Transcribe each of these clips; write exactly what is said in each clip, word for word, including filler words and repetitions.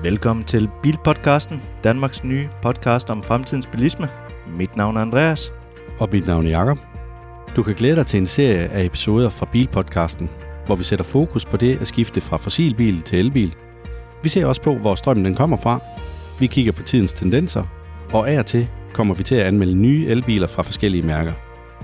Velkommen til Bilpodcasten, Danmarks nye podcast om fremtidens bilisme. Mit navn er Andreas. Og mit navn er Jakob. Du kan glæde dig til en serie af episoder fra Bilpodcasten, hvor vi sætter fokus på det at skifte fra fossilbil til elbil. Vi ser også på, hvor strømmen den kommer fra. Vi kigger på tidens tendenser, og af og til kommer vi til at anmelde nye elbiler fra forskellige mærker.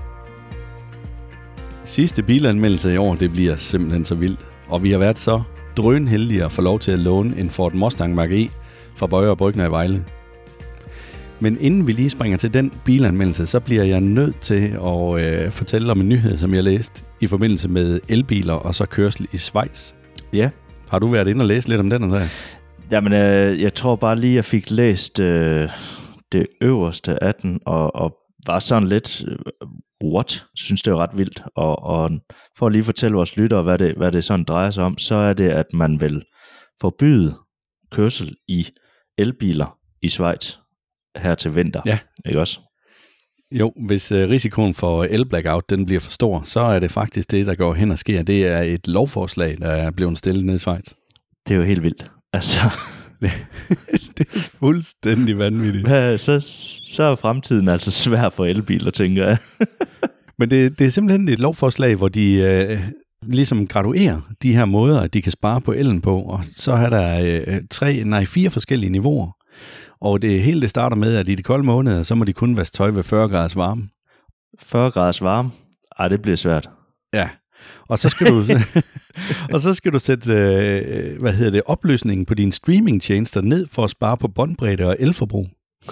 Sidste bilanmeldelse i år, det bliver simpelthen så vildt, og vi har været så drønheldige at få lov til at låne en Ford Mustang Mach-E fra Bøjer og Brygner i Vejle. Men inden vi lige springer til den bilanmeldelse, så bliver jeg nødt til at øh, fortælle om en nyhed, som jeg læste i forbindelse med elbiler og så kørsel i Schweiz. Ja. Har du været inde og læse lidt om den, Andreas? Jamen, øh, jeg tror bare lige, jeg fik læst øh, det øverste af den, og, og var sådan lidt, øh, what? Synes det er ret vildt. Og, og for at lige fortælle vores lyttere, hvad det, hvad det sådan drejer sig om, så er det, at man vil forbyde kørsel i elbiler i Schweiz her til vinter. Ja. Ikke også? Jo, hvis øh, risikoen for el-blackout den bliver for stor, så er det faktisk det, der går hen og sker. Det er et lovforslag, der er blevet stillet ned i Schweiz. Det er jo helt vildt. Altså, det, det er fuldstændig vanvittigt. Hvad, så, så er fremtiden altså svær for elbiler, tænker jeg. Men det, det er simpelthen et lovforslag, hvor de øh, ligesom graduerer de her måder, at de kan spare på elen på. Og så er der øh, tre, nej, fire forskellige niveauer. Og det hele det starter med, at i de kolde måneder, så må de kun vaske tøj ved fyrre graders varme. fyrre graders varme? Ej, det bliver svært. Ja, og så skal du, og så skal du sætte øh, hvad hedder det, opløsningen på dine streamingtjenester ned for at spare på båndbredde og elforbrug.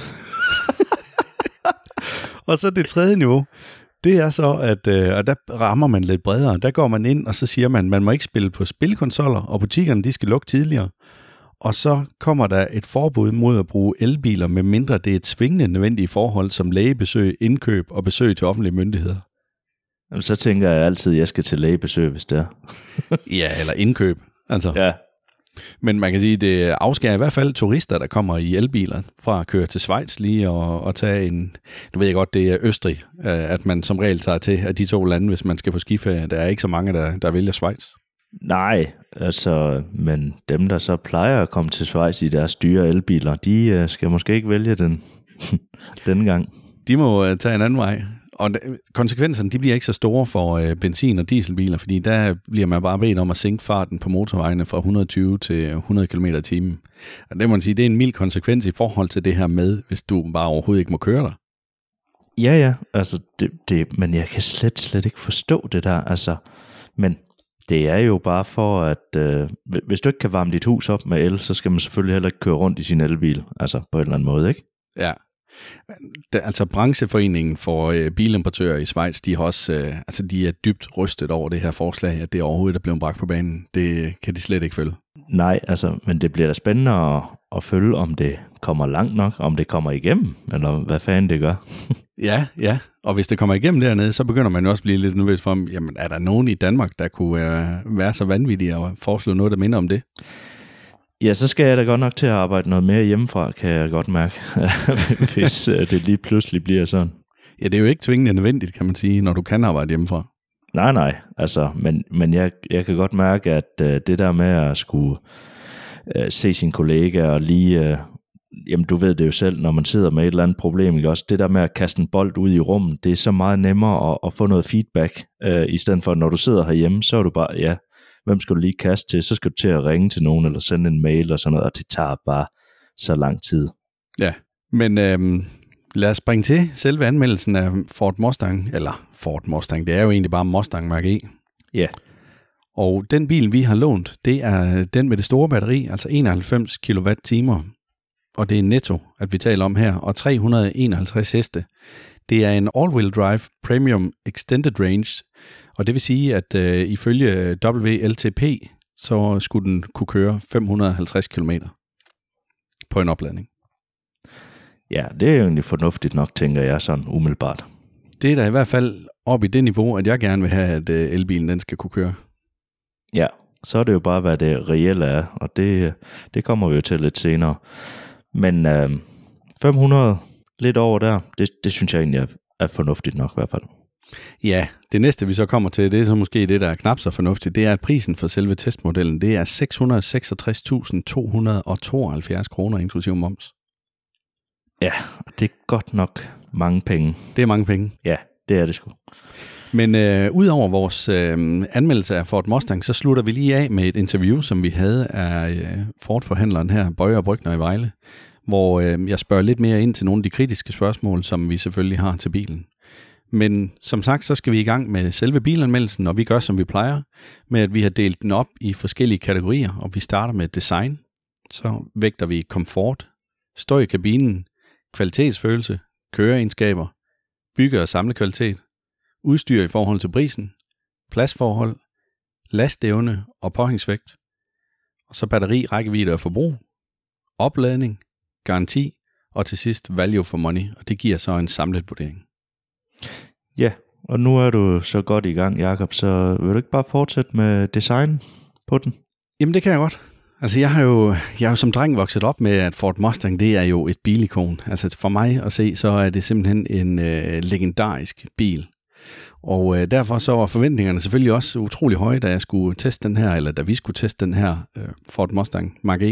Og så det tredje niveau, det er så, at øh, og der rammer man lidt bredere. Der går man ind, og så siger man, at man må ikke spille på spilkonsoller, og butikkerne de skal lukke tidligere. Og så kommer der et forbud mod at bruge elbiler, med mindre det er et tvingende nødvendige forhold, som lægebesøg, indkøb og besøg til offentlige myndigheder. Jamen, så tænker jeg altid, at jeg skal til lægebesøg, hvis det er. Ja, eller indkøb. Altså. Ja. Men man kan sige, at det afskærer i hvert fald turister, der kommer i elbiler, fra at køre til Schweiz lige og, og tage en... Nu ved jeg godt, det er Østrig, at man som regel tager til af de to lande, hvis man skal på skiferie. Der er ikke så mange, der, der vælger Schweiz. Nej, altså, men dem, der så plejer at komme til Schweiz i deres dyre elbiler, de uh, skal måske ikke vælge den denne gang. De må uh, tage en anden vej. Og konsekvenserne, de bliver ikke så store for uh, benzin- og dieselbiler, fordi der bliver man bare bedt om at sænke farten på motorvejene fra et hundrede og tyve til hundrede kilometer i timen. Og det må man sige, det er en mild konsekvens i forhold til det her med, hvis du bare overhovedet ikke må køre der. Ja, ja, altså, det, det, men jeg kan slet, slet ikke forstå det der, altså, men det er jo bare for, at øh, hvis du ikke kan varme dit hus op med el, så skal man selvfølgelig heller ikke køre rundt i sin elbil, altså på en eller anden måde, ikke? Ja. Det, altså brancheforeningen for øh, bilimportører i Schweiz, de har også, øh, altså de er dybt rystet over det her forslag, at det overhovedet er blevet bragt på banen. Det kan de slet ikke følge. Nej, altså, men det bliver da spændende at, at følge, om det kommer langt nok, om det kommer igennem, eller hvad fanden det gør. Ja, ja. Og hvis det kommer igennem dernede, så begynder man jo også at blive lidt nervøs for, jamen er der nogen i Danmark, der kunne øh, være så vanvittige og foreslå noget, der minder om det? Ja, så skal jeg da godt nok til at arbejde noget mere hjemmefra, kan jeg godt mærke, hvis øh, det lige pludselig bliver sådan. Ja, det er jo ikke tvingende nødvendigt, kan man sige, når du kan arbejde hjemmefra. Nej, nej, altså, men, men jeg, jeg kan godt mærke, at øh, det der med at skulle øh, se sine kollegaer og lige... Øh, Jamen, du ved det jo selv, når man sidder med et eller andet problem, ikke også? Det der med at kaste en bold ud i rummet, det er så meget nemmere at, at få noget feedback, øh, i stedet for, når du sidder herhjemme, så er du bare, ja, hvem skal du lige kaste til? Så skal du til at ringe til nogen, eller sende en mail og sådan noget, og det tager bare så lang tid. Ja, men øh, lad os springe til selve anmeldelsen af Ford Mustang, eller Ford Mustang, det er jo egentlig bare Mustang Mach-E. Ja. Og den bil, vi har lånt, det er den med det store batteri, altså enoghalvfems kilowatt-timer. Og det er netto, at vi taler om her, og tre hundrede og enoghalvtreds heste. Det er en all-wheel drive premium extended range, og det vil sige, at øh, ifølge W L T P, så skulle den kunne køre fem hundrede og halvtreds kilometer på en opladning. Ja, det er jo egentlig fornuftigt nok, tænker jeg sådan umiddelbart. Det er da i hvert fald op i det niveau, at jeg gerne vil have, at øh, elbilen den skal kunne køre. Ja, så er det jo bare, hvad det reelle er, og det, det kommer vi jo til lidt senere. Men øh, fem hundrede, lidt over der, det, det synes jeg egentlig er, er fornuftigt nok i hvert fald. Ja, det næste vi så kommer til, det er så måske det, der er knap så fornuftigt, det er, at prisen for selve testmodellen, det er seks hundrede og seksogtres tusind to hundrede og tooghalvfjerds kroner inklusive moms. Ja, det er godt nok mange penge. Det er mange penge. Ja, det er det sgu. Men øh, udover vores øh, anmeldelse af Ford Mustang, så slutter vi lige af med et interview, som vi havde af øh, Ford-forhandleren her, Bøje og Brygner i Vejle, hvor øh, jeg spørger lidt mere ind til nogle af de kritiske spørgsmål, som vi selvfølgelig har til bilen. Men som sagt, så skal vi i gang med selve bilanmeldelsen, og vi gør, som vi plejer, med at vi har delt den op i forskellige kategorier, og vi starter med design. Så vægter vi komfort, støj i kabinen, kvalitetsfølelse, køreegenskaber, bygge- og samlekvalitet, udstyr i forhold til prisen, pladsforhold, lastevne og påhængsvægt, og så batteri, rækkevidde og forbrug, opladning, garanti, og til sidst value for money, og det giver så en samlet vurdering. Ja, og nu er du så godt i gang, Jakob, så vil du ikke bare fortsætte med design på den? Jamen det kan jeg godt. Altså jeg har jo, jeg har jo som dreng vokset op med, at Ford Mustang, det er jo et bilikon. Altså for mig at se, så er det simpelthen en øh, legendarisk bil. Og øh, derfor så var forventningerne selvfølgelig også utrolig høje, da jeg skulle teste den her, eller da vi skulle teste den her øh, Ford Mustang Mach-E.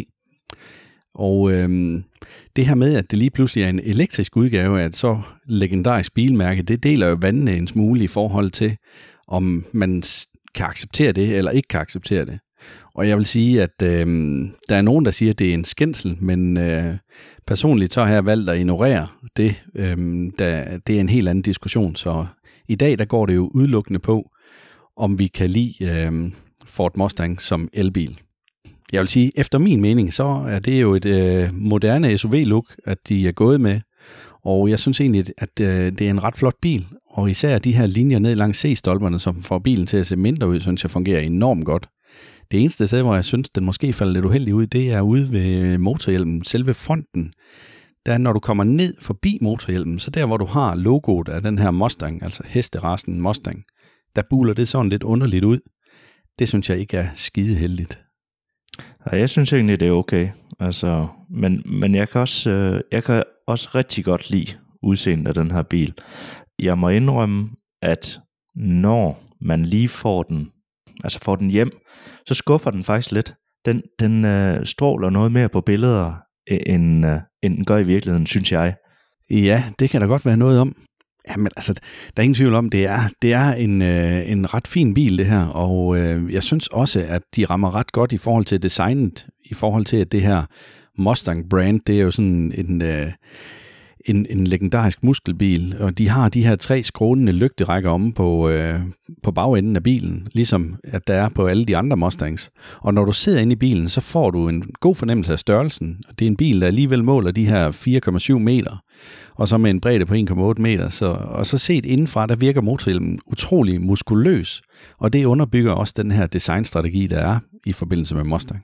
Og øh, det her med, at det lige pludselig er en elektrisk udgave af et så legendarisk bilmærke, det deler jo vandene en smule i forhold til, om man kan acceptere det, eller ikke kan acceptere det. Og jeg vil sige, at øh, der er nogen, der siger, at det er en skændsel, men øh, personligt så har jeg valgt at ignorere det. Øh, da, det er en helt anden diskussion, så i dag der går det jo udelukkende på, om vi kan lide øh, Ford Mustang som elbil. Jeg vil sige, efter min mening, så er det jo et øh, moderne S U V-look, at de er gået med. Og jeg synes egentlig, at øh, det er en ret flot bil. Og især de her linjer ned langs C-stolperne, som får bilen til at se mindre ud, synes jeg fungerer enormt godt. Det eneste sted, hvor jeg synes, den måske falder lidt uheldig ud, det er ude ved motorhjelmen, selve fronten. Der når du kommer ned forbi motorhjelmen, så der hvor du har logoet af den her Mustang, altså hesterasen Mustang, der buler det sådan lidt underligt ud. Det synes jeg ikke er skide heldigt. Ja, jeg synes egentlig, det er okay. Altså, men, men jeg kan også, øh, jeg kan også rigtig godt lide udseendet af den her bil. Jeg må indrømme, at når man lige får den, altså får den hjem, så skuffer den faktisk lidt. Den, den øh, stråler noget mere på billeder, end, øh, end den gør i virkeligheden, synes jeg. Ja, det kan der godt være noget om. Jamen altså, der er ingen tvivl om, det er, det er en, øh, en ret fin bil det her, og øh, jeg synes også, at de rammer ret godt i forhold til designet, i forhold til at det her Mustang-brand, det er jo sådan en, øh, en, en legendarisk muskelbil, og de har de her tre skrånende lygterækker omme på, øh, på bagenden af bilen, ligesom at der er på alle de andre Mustangs. Og når du sidder inde i bilen, så får du en god fornemmelse af størrelsen, og det er en bil, der alligevel måler de her fire komma syv meter, og så med en bredde på en komma otte meter. Så, og så set indenfra, der virker motorhjelmen utrolig muskuløs, og det underbygger også den her designstrategi, der er i forbindelse med Mustang.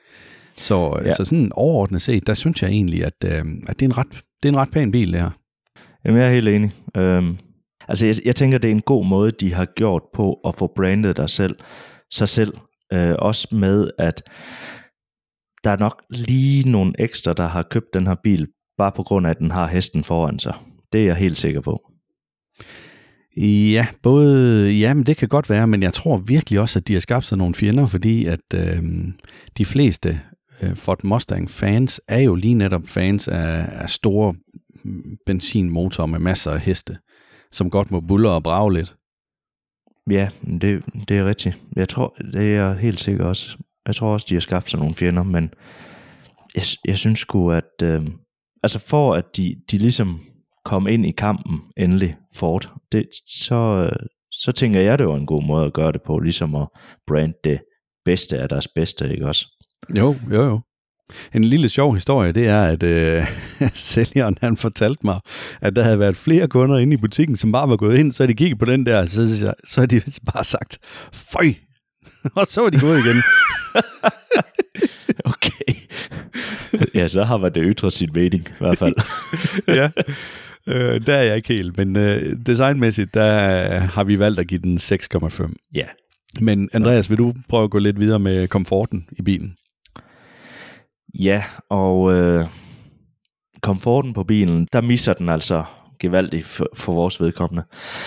Så, ja. så sådan overordnet set, der synes jeg egentlig, at, øh, at det, er en ret, det er en ret pæn bil, det her. Jamen, jeg er helt enig. Øhm, altså, jeg, jeg tænker, det er en god måde, de har gjort på at få brandet dig selv, sig selv. Øh, også med, at der er nok lige nogle ekstra, der har købt den her bil, bare på grund af, at den har hesten foran sig. Det er jeg helt sikker på. Ja, både, ja, men det kan godt være, men jeg tror virkelig også, at de har skabt sig nogle fjender, fordi at øh, de fleste øh, Ford Mustang-fans er jo lige netop fans af, af store benzinmotorer med masser af heste, som godt må bulle og brage lidt. Ja, det, det er rigtigt. Jeg tror, det er helt sikkert også. Jeg tror også, de har skabt sig nogle fjender, men jeg, jeg synes sgu, at øh, altså for at de, de ligesom kom ind i kampen endelig, Ford, det, så, så tænker jeg, det var en god måde at gøre det på, ligesom at brande det bedste af deres bedste, ikke også? Jo, jo, jo. En lille sjov historie, det er, at øh, sælgeren han fortalte mig, at der havde været flere kunder inde i butikken, som bare var gået ind, så havde de kigget på den der, så, så havde de bare sagt, føj! Og så var de gået igen. Okay. Ja, så har man det ytret sin mening, i hvert fald. Ja, øh, der er jeg ikke helt, men øh, designmæssigt, der har vi valgt at give den seks komma fem. Ja. Men Andreas, vil du prøve at gå lidt videre med komforten i bilen? Ja, og øh, komforten på bilen, der misser den altså gevaldigt for, for vores vedkommende.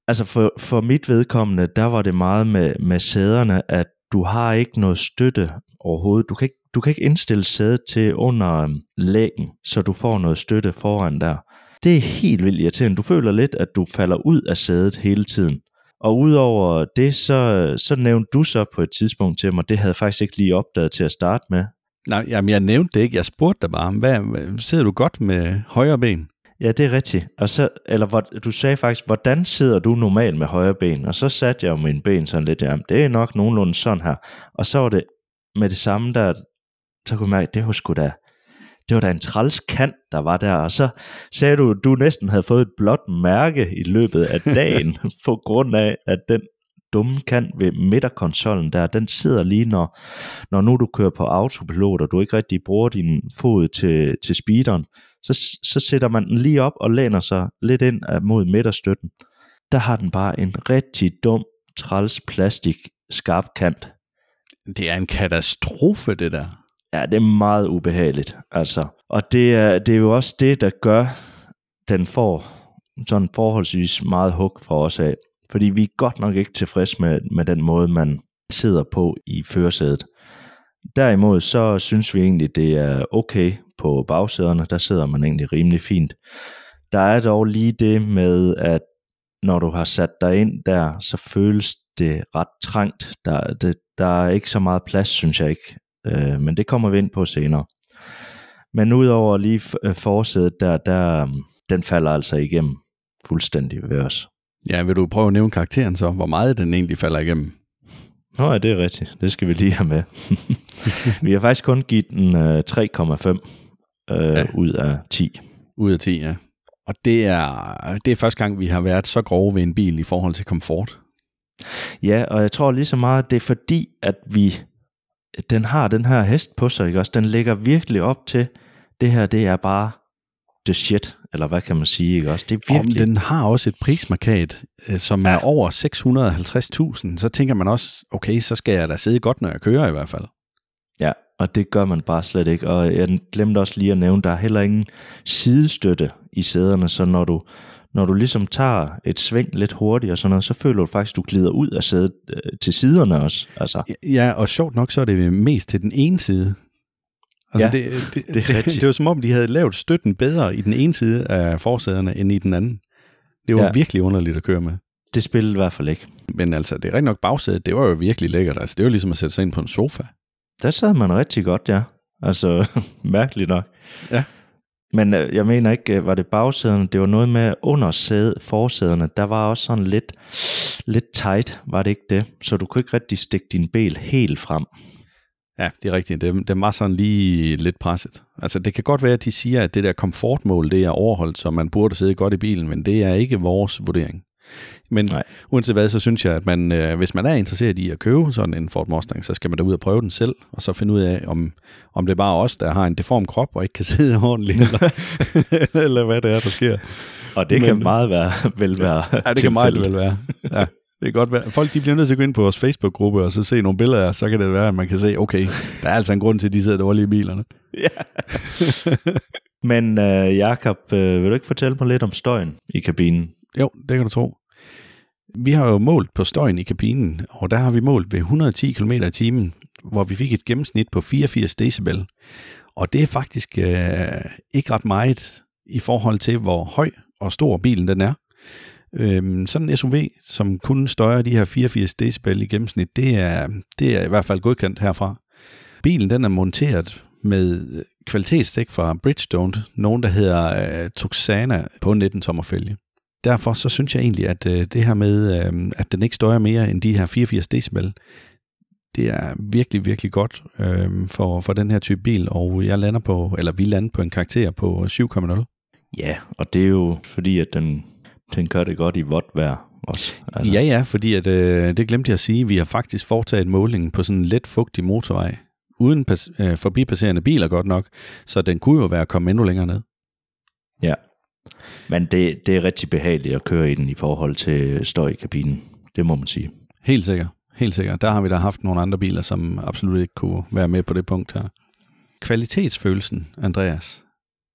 Altså for, for mit vedkommende, der var det meget med, med sæderne, at du har ikke noget støtte overhovedet. Du kan ikke, du kan ikke indstille sædet til under lægen, så du får noget støtte foran der. Det er helt vildt irriterende. Du føler lidt, at du falder ud af sædet hele tiden. Og udover det, så, så nævnte du så på et tidspunkt til mig, det havde jeg faktisk ikke lige opdaget til at starte med. Nej, jamen jeg nævnte det ikke. Jeg spurgte dig bare, hvad, sidder du godt med højre ben? Ja, det er rigtigt. Og så, eller hvor, du sagde faktisk, hvordan sidder du normalt med højre ben? Og så satte jeg jo mine ben sådan lidt, jamen det er nok nogenlunde sådan her. Og så var det med det samme der, så kunne jeg mærke, det var sgu da, det var da en træls kant, der var der. Og så sagde du, du næsten havde fået et blåt mærke i løbet af dagen, på grund af, at den dumme kant ved midterkonsollen der, den sidder lige, når, når nu du kører på autopilot, og du ikke rigtig bruger din fod til, til speederen, så, så sætter man den lige op og læner sig lidt ind mod midterstøtten. Der har den bare en rigtig dum, træls plastik skarp kant. Det er en katastrofe, det der. Ja, det er meget ubehageligt, altså. Og det er, det er jo også det, der gør, den får sådan forholdsvis meget hug fra os af. Fordi vi er godt nok ikke tilfredse med, med den måde, man sidder på i førersædet. Derimod så synes vi egentlig, det er okay på bagsæderne. Der sidder man egentlig rimelig fint. Der er dog lige det med, at når du har sat dig ind der, så føles det ret trængt. Der, det, der er ikke så meget plads, synes jeg ikke. Øh, men det kommer vi ind på senere. Men udover lige forsædet der, der, den falder altså igennem fuldstændig ved os. Ja, vil du prøve at nævne karakteren så? Hvor meget den egentlig falder igennem? Nå ja, det er rigtigt. Det skal vi lige have med. Vi har faktisk kun givet den øh, tre komma fem øh, ja. ud af ti. Ud af ti, ja. Og det er, det er første gang, vi har været så grove ved en bil i forhold til komfort. Ja, og jeg tror lige så meget, det er fordi, at vi, den har den her hest på sig, ikke også? Den ligger virkelig op til, det her, det er bare the shit, eller hvad kan man sige, ikke også? Det er virkelig... Om den har også et prismarkat, som er ja. over seks hundrede og halvtreds tusind, så tænker man også, okay, så skal jeg da sidde godt, når jeg kører i hvert fald. Ja, og det gør man bare slet ikke, og jeg glemte også lige at nævne, der er heller ingen sidestøtte i sæderne, så når du, når du ligesom tager et sving lidt hurtigt og sådan noget, så føler du faktisk, du glider ud af sædet øh, til siderne også. Altså. Ja, og sjovt nok, så er det mest til den ene side. Altså ja, det, det, det er rigtigt. Det var som om, de havde lavet støtten bedre i den ene side af forsæderne, end i den anden. Det var ja. virkelig underligt at køre med. Det spillede i hvert fald ikke. Men altså, det er rigtig nok bagsædet, det var jo virkelig lækkert. Altså, det var ligesom at sætte sig ind på en sofa. Der sad man rigtig godt, ja. Altså, mærkeligt nok. Ja. Men øh, jeg mener ikke, var det bagsæderne, det var noget med under sæde, forsæderne, der var også sådan lidt, lidt tight, var det ikke det? Så du kunne ikke rigtig stikke din bil helt frem. Ja, det er rigtigt. Det, det var sådan lige lidt presset. Altså, det kan godt være, at de siger, at det der komfortmål, det er overholdt, så man burde sidde godt i bilen, men det er ikke vores vurdering. Men Nej. uanset hvad, så synes jeg, at man, øh, hvis man er interesseret i at købe sådan en Ford Mustang, så skal man da ud og prøve den selv, og så finde ud af, om, om det er bare os, der har en deform krop, og ikke kan sidde ordentligt, eller, eller hvad det er, der sker. Og det Men, kan meget være, vel være Ja, det tilfældet. Kan meget vel være. Ja. Det kan godt være. Folk de bliver nødt til at gå ind på vores Facebook-gruppe og så se nogle billeder af, så kan det være, at man kan se, okay, der er altså en grund til, at de sidder dårligt i bilerne. Ja. Men uh, Jakob, uh, vil du ikke fortælle mig lidt om støjen i kabinen? Jo, det kan du tro. Vi har jo målt på støjen i kabinen, og der har vi målt ved et hundrede og ti kilometer i timen, hvor vi fik et gennemsnit på fireogfirs decibel. Og det er faktisk uh, ikke ret meget i forhold til, hvor høj og stor bilen den er. Øhm, sådan en S U V, som kun støjer de her fireogfirs decibel i gennemsnit, det er, det er i hvert fald godkendt herfra. Bilen den er monteret med kvalitetsdæk fra Bridgestone, nogen der hedder øh, Tucson på nitten tommer fælge. Derfor så synes jeg egentlig, at øh, det her med, øh, at den ikke støjer mere end de her fireogfirs decibel, det er virkelig, virkelig godt øh, for, for den her type bil, og jeg lander på, eller vi lander på en karakter på syv komma nul. Ja, og det er jo fordi, at den Den gør det godt i vådt vejr også. Altså. Ja, ja, fordi at, øh, det glemte jeg at sige. Vi har faktisk foretaget målingen på sådan en let fugtig motorvej, uden pas, øh, forbipasserende biler godt nok, så den kunne jo være kommet endnu længere ned. Ja, men det, det er rigtig behageligt at køre i den i forhold til støj i kabinen. Det må man sige. Helt sikkert. Helt sikkert. Der har vi da haft nogle andre biler, som absolut ikke kunne være med på det punkt her. Kvalitetsfølelsen, Andreas,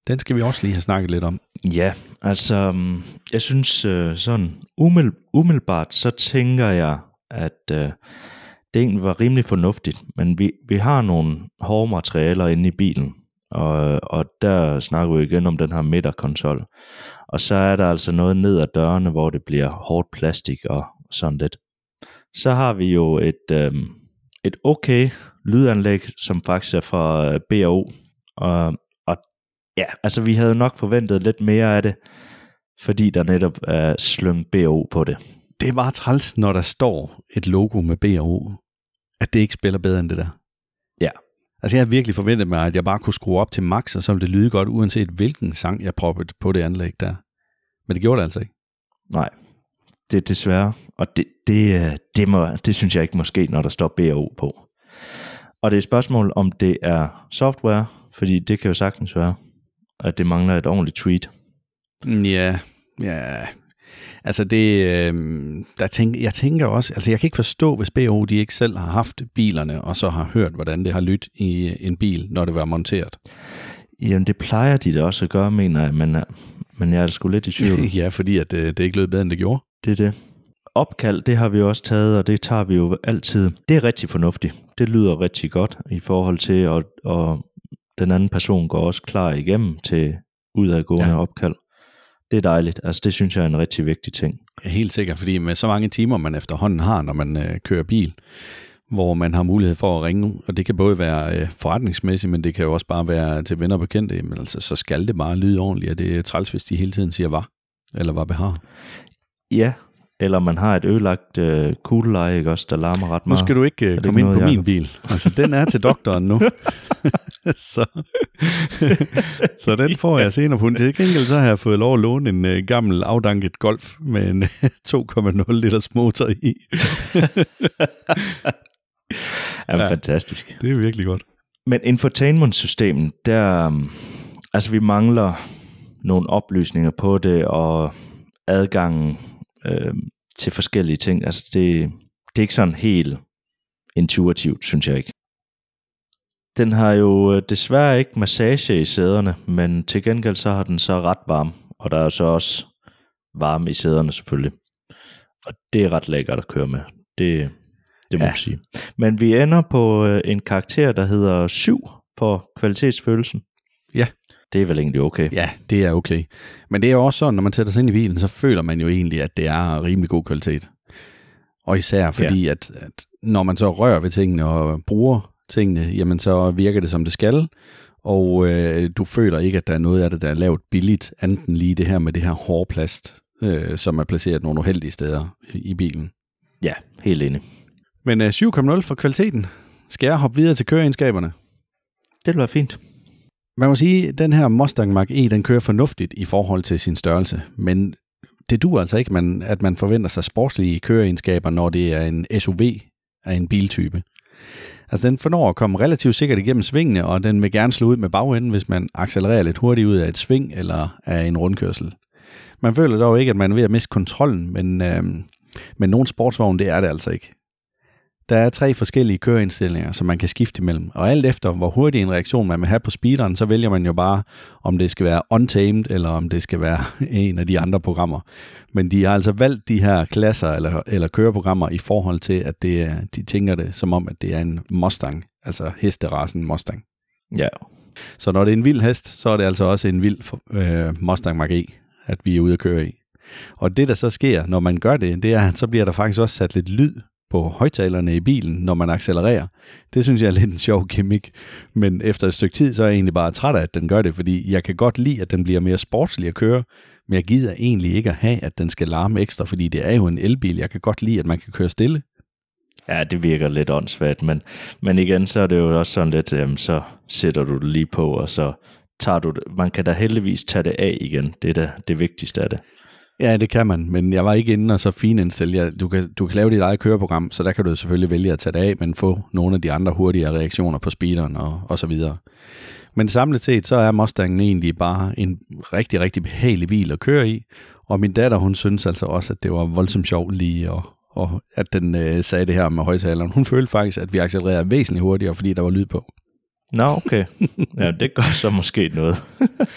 Den skal vi også lige have snakket lidt om. Ja, altså, jeg synes sådan umiddel- umiddelbart, så tænker jeg, at øh, det egentlig var rimelig fornuftigt, men vi, vi har nogle hårde materialer inde i bilen, og, og der snakker vi igen om den her midterkonsol, og så er der altså noget ned ad dørene, hvor det bliver hårdt plastik og sådan lidt. Så har vi jo et, øh, et okay lydanlæg, som faktisk er fra B og O, og, og ja, altså vi havde nok forventet lidt mere af det, fordi der netop er slynget B og O på det. Det er bare træls, når der står et logo med B og O, at det ikke spiller bedre end det der. Ja. Altså jeg havde virkelig forventet mig, at jeg bare kunne skrue op til max, og så ville det lyde godt, uanset hvilken sang jeg proppede på det anlæg der. Men det gjorde det altså ikke. Nej, det er desværre, og det, det, det, må, det synes jeg ikke måske, når der står B og O på. Og det er et spørgsmål, om det er software, fordi det kan jo sagtens være, at det mangler et ordentligt tweet. Ja, ja. Altså det, øh, der tænk, jeg tænker også, altså jeg kan ikke forstå, hvis B og O de ikke selv har haft bilerne, og så har hørt, hvordan det har lyttet i en bil, når det var monteret. Jamen det plejer de da også at gøre, mener jeg, men, men jeg er sgu lidt i tvivl. Ja, fordi at det, det ikke lød bedre, end det gjorde. Det er det. Opkald, det har vi også taget, og det tager vi jo altid. Det er rigtig fornuftigt. Det lyder rigtig godt i forhold til, at og den anden person går også klar igennem til udadgående ja. opkald. Det er dejligt. Altså det synes jeg er en rigtig vigtig ting. Helt sikkert, fordi med så mange timer, man efterhånden har, når man øh, kører bil, hvor man har mulighed for at ringe, og det kan både være øh, forretningsmæssigt, men det kan jo også bare være til venner og bekendte, men altså, så skal det bare lyde ordentligt, og det er træls, hvis de hele tiden siger var, eller var behar. Ja, eller man har et ødelagt øh, kugleleje, ikke også, der larmer ret meget. Nu skal du ikke øh, komme ind på min bil. Altså, den er til doktoren nu. så, så den får jeg senere på. Til gengæld så har jeg fået lov at låne en øh, gammel afdanket Golf med en to komma nul liters motor i. Jamen, ja, fantastisk. Det er virkelig godt. Men infotainment-systemet, der, altså vi mangler nogle oplysninger på det, og adgangen øh, til forskellige ting. Altså det, det er ikke sådan helt intuitivt, synes jeg ikke. Den har jo desværre ikke massage i sæderne, men til gengæld så har den så ret varm, og der er jo så også varme i sæderne selvfølgelig. Og det er ret lækkert at køre med. Det, det må ja. man sige. Men vi ender på en karakter, der hedder syv for kvalitetsfølelsen. Ja. Det er vel egentlig okay. Ja, det er okay. Men det er jo også sådan, når man sætter sig ind i bilen, så føler man jo egentlig, at det er rimelig god kvalitet. Og især fordi, ja. at, at når man så rører ved tingene og bruger tingene, jamen så virker det som det skal, og øh, du føler ikke, at der er noget af det, der er lavet billigt, enten lige det her med det her hårde plast, øh, som er placeret nogle uheldige steder i bilen. Ja, helt enig. Men øh, syv komma nul for kvaliteten. Skal jeg hoppe videre til køreegenskaberne? Det vil være fint. Man må sige, at den her Mustang Mach-E, den kører fornuftigt i forhold til sin størrelse, men det duer altså ikke, man, at man forventer sig sportslige køreegenskaber, når det er en S U V af en biltype. Altså den fornår at komme relativt sikkert igennem svingene, og den vil gerne slå ud med bagenden, hvis man accelererer lidt hurtigt ud af et sving eller af en rundkørsel. Man føler dog ikke, at man er ved at miste kontrollen, men, øh, men nogle sportsvogne, det er det altså ikke. Der er tre forskellige køreindstillinger, som man kan skifte imellem, og alt efter, hvor hurtig en reaktion man vil have på speederen, så vælger man jo bare, om det skal være untamed, eller om det skal være en af de andre programmer. Men de har altså valgt de her klasser eller, eller køreprogrammer i forhold til, at det er, de tænker det som om, at det er en Mustang, altså hesterasen Mustang. Ja. Så når det er en vild hest, så er det altså også en vild øh, Mustang Mach-E, at vi er ude at køre i. Og det, der så sker, når man gør det, det er, at så bliver der faktisk også sat lidt lyd på højtalerne i bilen, når man accelererer. Det synes jeg er lidt en sjov gimmick, men efter et stykke tid, så er jeg egentlig bare træt af, at den gør det, fordi jeg kan godt lide, at den bliver mere sportslig at køre, men jeg gider egentlig ikke at have, at den skal larme ekstra, fordi det er jo en elbil. Jeg kan godt lide, at man kan køre stille. Ja, det virker lidt åndssvagt, men, men igen, så er det jo også sådan lidt, jamen, så sætter du det lige på, og så tager du det. Man kan da heldigvis tage det af igen. Det er da det vigtigste af det. Ja, det kan man, men jeg var ikke inde og så finindstille. Du kan, du kan lave dit eget køreprogram, så der kan du selvfølgelig vælge at tage det af, men få nogle af de andre hurtigere reaktioner på speederen og, og så videre. Men samlet set, så er Mustangen egentlig bare en rigtig, rigtig behagelig bil at køre i, og min datter, hun synes altså også, at det var voldsomt sjovt lige, og, og at den øh, sagde det her med højtaleren. Hun følte faktisk, at vi accelererede væsentligt hurtigere, fordi der var lyd på. Nå, okay. Ja, det gør så måske noget.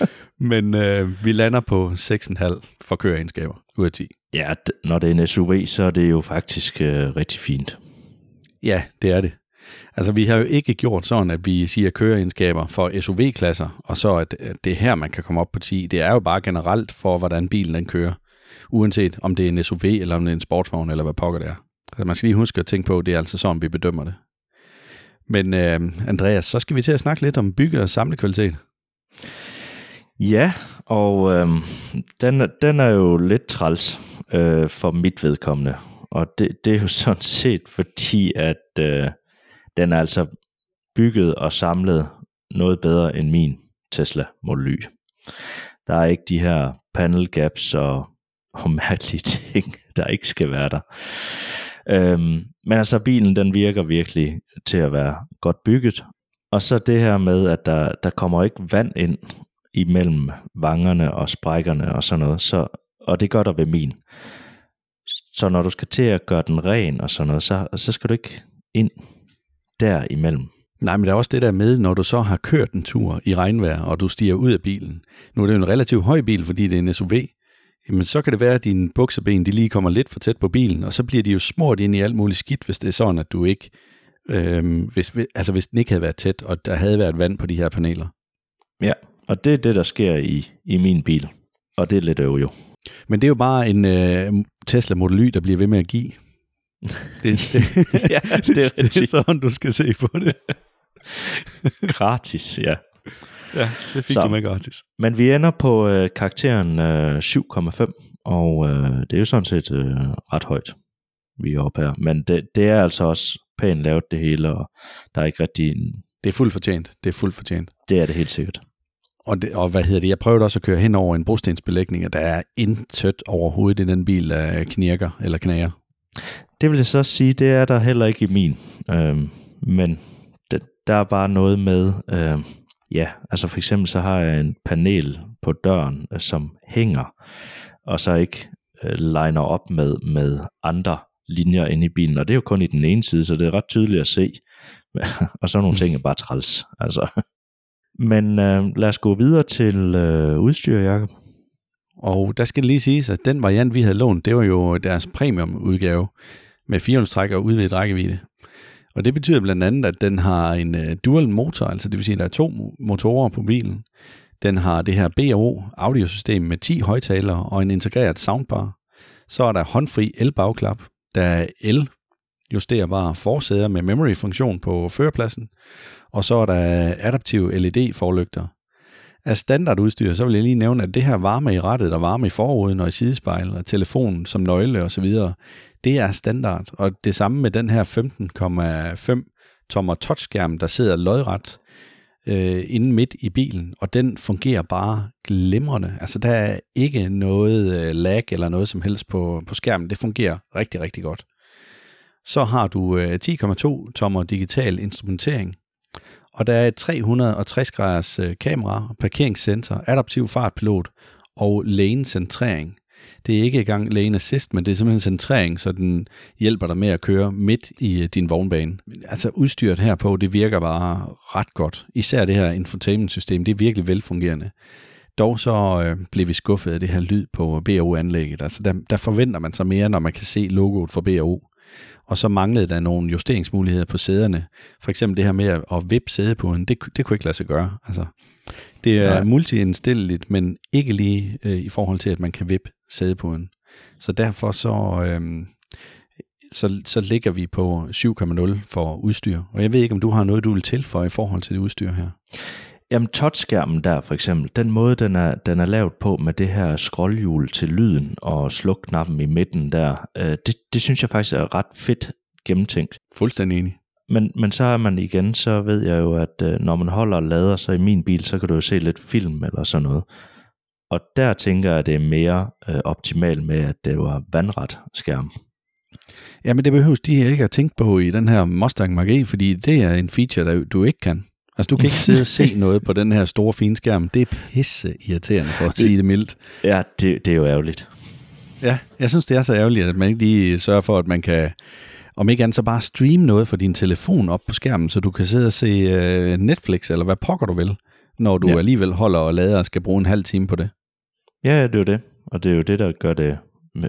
Men øh, vi lander på seks komma fem for køreegenskaber ud af ti. Ja, d- når det er en S U V, så er det jo faktisk øh, rigtig fint. Ja, det er det. Altså, vi har jo ikke gjort sådan, at vi siger køreegenskaber for S U V-klasser, og så at, at det er her, man kan komme op på ti. Det er jo bare generelt for, hvordan bilen den kører. Uanset om det er en S U V, eller om det er en sportsvogn, eller hvad pokker det er. Så man skal lige huske at tænke på, at det er altså sådan, vi bedømmer det. Men øh, Andreas, så skal vi til at snakke lidt om bygge- og samlekvalitet. Ja, og øh, den, den er jo lidt træls øh, for mit vedkommende. Og det, det er jo sådan set fordi, at øh, den er altså bygget og samlet noget bedre end min Tesla Model Y. Der er ikke de her panel gaps og, og mærkelige ting, der ikke skal være der. Øhm, men altså bilen, den virker virkelig til at være godt bygget. Og så det her med, at der, der kommer ikke vand ind imellem vangerne og sprækkerne og sådan noget. Så, og det gør der ved min. Så når du skal til at gøre den ren og sådan noget, så, så skal du ikke ind der imellem. Nej, men der er også det der med, når du så har kørt en tur i regnvejr, og du stiger ud af bilen. Nu er det jo en relativt høj bil, fordi det er en S U V. Men så kan det være, at dine bukseben de lige kommer lidt for tæt på bilen, og så bliver de jo smurt ind i alt muligt skidt, hvis det er sådan, at du ikke... Øh, hvis, altså hvis den ikke havde været tæt, og der havde været vand på de her paneler. Ja, og det er det, der sker i, i min bil. Og det er lidt øv jo. Men det er jo bare en øh, Tesla Model Y, der bliver ved med at give. Det, det, ja, det, er det er sådan, du skal se på det. Gratis, ja. Ja, det fik Så, du med gratis. Men vi ender på øh, karakteren øh, syv komma fem, og øh, det er jo sådan set øh, ret højt, vi er oppe her. Men det, det er altså også pænt lavet det hele, og der er ikke rigtig en... Det er fuldt fortjent. Det er fuldt fortjent. Det er det helt sikkert. Og, det, og hvad hedder det? Jeg prøvede også at køre hen over en brostensbelægning, og der er intet overhovedet i den bil, der knirker eller knager. Det vil jeg så sige, det er der heller ikke i min. Øhm, men det, der er bare noget med... Øhm, ja, altså for eksempel så har jeg en panel på døren, øh, som hænger, og så ikke øh, liner op med, med andre linjer inde i bilen. Og det er jo kun i den ene side, så det er ret tydeligt at se. Og så nogle ting er bare træls. Altså... Men øh, lad os gå videre til øh, udstyr, Jacob. Og der skal lige siges, at den variant, vi havde lånt, det var jo deres premium-udgave med firehjulstræk og udvidet rækkevidde. Og det betyder blandt andet, at den har en uh, dual motor, altså det vil sige, at der er to motorer på bilen. Den har det her B og O audiosystem med ti højttalere og en integreret soundbar. Så er der håndfri el-bagklap. Der er el-justerbare forsæder med memory-funktion på førerpladsen. Og så er der adaptive L E D-forlygter. Af standardudstyr, så vil jeg lige nævne, at det her varme i rattet og varme i forruden og i sidespejl og telefonen som nøgle osv., det er standard. Og det samme med den her femten komma fem tommer touchskærm, der sidder lodret øh, inde midt i bilen, og den fungerer bare glimrende. Altså der er ikke noget øh, lag eller noget som helst på, på skærmen. Det fungerer rigtig, rigtig godt. Så har du øh, ti komma to tommer digital instrumentering, og der er et tre hundrede og tres graders øh, kamera, parkeringssensor, adaptiv fartpilot og lane-centrering. Det er ikke engang lane assist, men det er simpelthen centrering, så den hjælper dig med at køre midt i øh, din vognbane. Altså udstyret herpå, det virker bare ret godt. Især det her infotainment-system, det er virkelig velfungerende. Dog så øh, blev vi skuffet af det her lyd på B og O-anlægget. Altså der, der forventer man sig mere, når man kan se logoet for B og O. Og så manglede der nogle justeringsmuligheder på sæderne. For eksempel det her med at vippe sædepuden, det, det kunne ikke lade sig gøre. Altså, det er ja. multi-indstilleligt, men ikke lige øh, i forhold til, at man kan vippe sædepuden. Så derfor så, øh, så, så ligger vi på syv komma nul for udstyr. Og jeg ved ikke, om du har noget, du vil tilføje i forhold til det udstyr her. Jamen touchskærmen der for eksempel, den måde den er, den er lavet på med det her scrollhjul til lyden og slukknappen i midten der, øh, det, det synes jeg faktisk er ret fedt gennemtænkt. Fuldstændig enig. Men, men så er man igen, så ved jeg jo, at øh, når man holder og lader sig i min bil, så kan du jo se lidt film eller sådan noget. Og der tænker jeg, at det er mere øh, optimalt med, at det var vandret skærm. Ja, men det behøves de her ikke at tænke på i den her Mustang Mach-E, fordi det er en feature, der du ikke kan. Altså, du kan ikke sidde og se noget på den her store, fine skærm. Det er pisse irriterende, for at sige det mildt. Ja, det, det er jo ærgerligt. Ja, jeg synes, det er så ærgerligt, at man ikke lige sørger for, at man kan, om ikke andet, så bare streame noget fra din telefon op på skærmen, så du kan sidde og se uh, Netflix, eller hvad pokker du vil, når du Ja. alligevel holder og lader og skal bruge en halv time på det. Ja, det er jo det. Og det er jo det, der gør det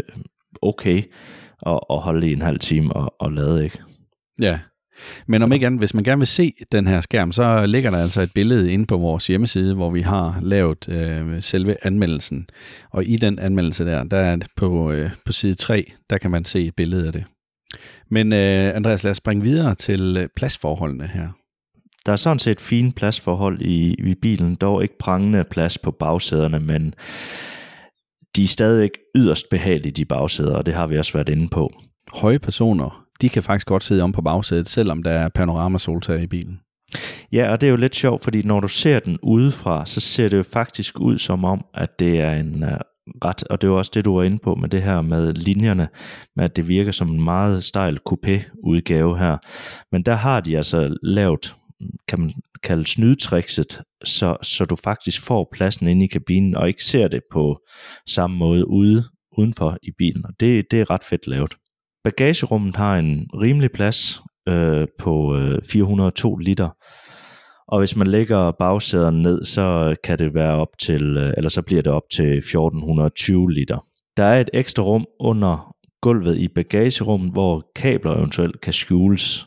okay at, at holde i en halv time og, og lade, ikke? Ja, men om ikke andet, hvis man gerne vil se den her skærm, så ligger der altså et billede inde på vores hjemmeside, hvor vi har lavet øh, selve anmeldelsen. Og i den anmeldelse der, der er det på, øh, på side tre, der kan man se et billede af det. Men øh, Andreas, lad os springe videre til øh, pladsforholdene her. Der er sådan set fine pladsforhold i, i bilen, dog ikke prangende plads på bagsæderne, men de er stadigvæk yderst behagelige, de bagsæder, og det har vi også været inde på. Høje personer, de kan faktisk godt sidde om på bagsædet, selvom der er panoramasoltag i bilen. Ja, og det er jo lidt sjovt, fordi når du ser den udefra, så ser det jo faktisk ud som om, at det er en uh, ret, og det er jo også det, du var inde på med det her med linjerne, med at det virker som en meget stejl coupé-udgave her. Men der har de altså lavet, kan man kalde snydtrikset, så, så du faktisk får pladsen inde i kabinen, og ikke ser det på samme måde ude, udenfor i bilen. Og det, det er ret fedt lavet. Bagagerummet har en rimelig plads øh, på øh, fire hundrede og to liter, og hvis man lægger bagsæderne ned, så kan det være op til, øh, eller så bliver det op til fjorten tyve liter. Der er et ekstra rum under gulvet i bagagerummet, hvor kabler eventuelt kan skjules.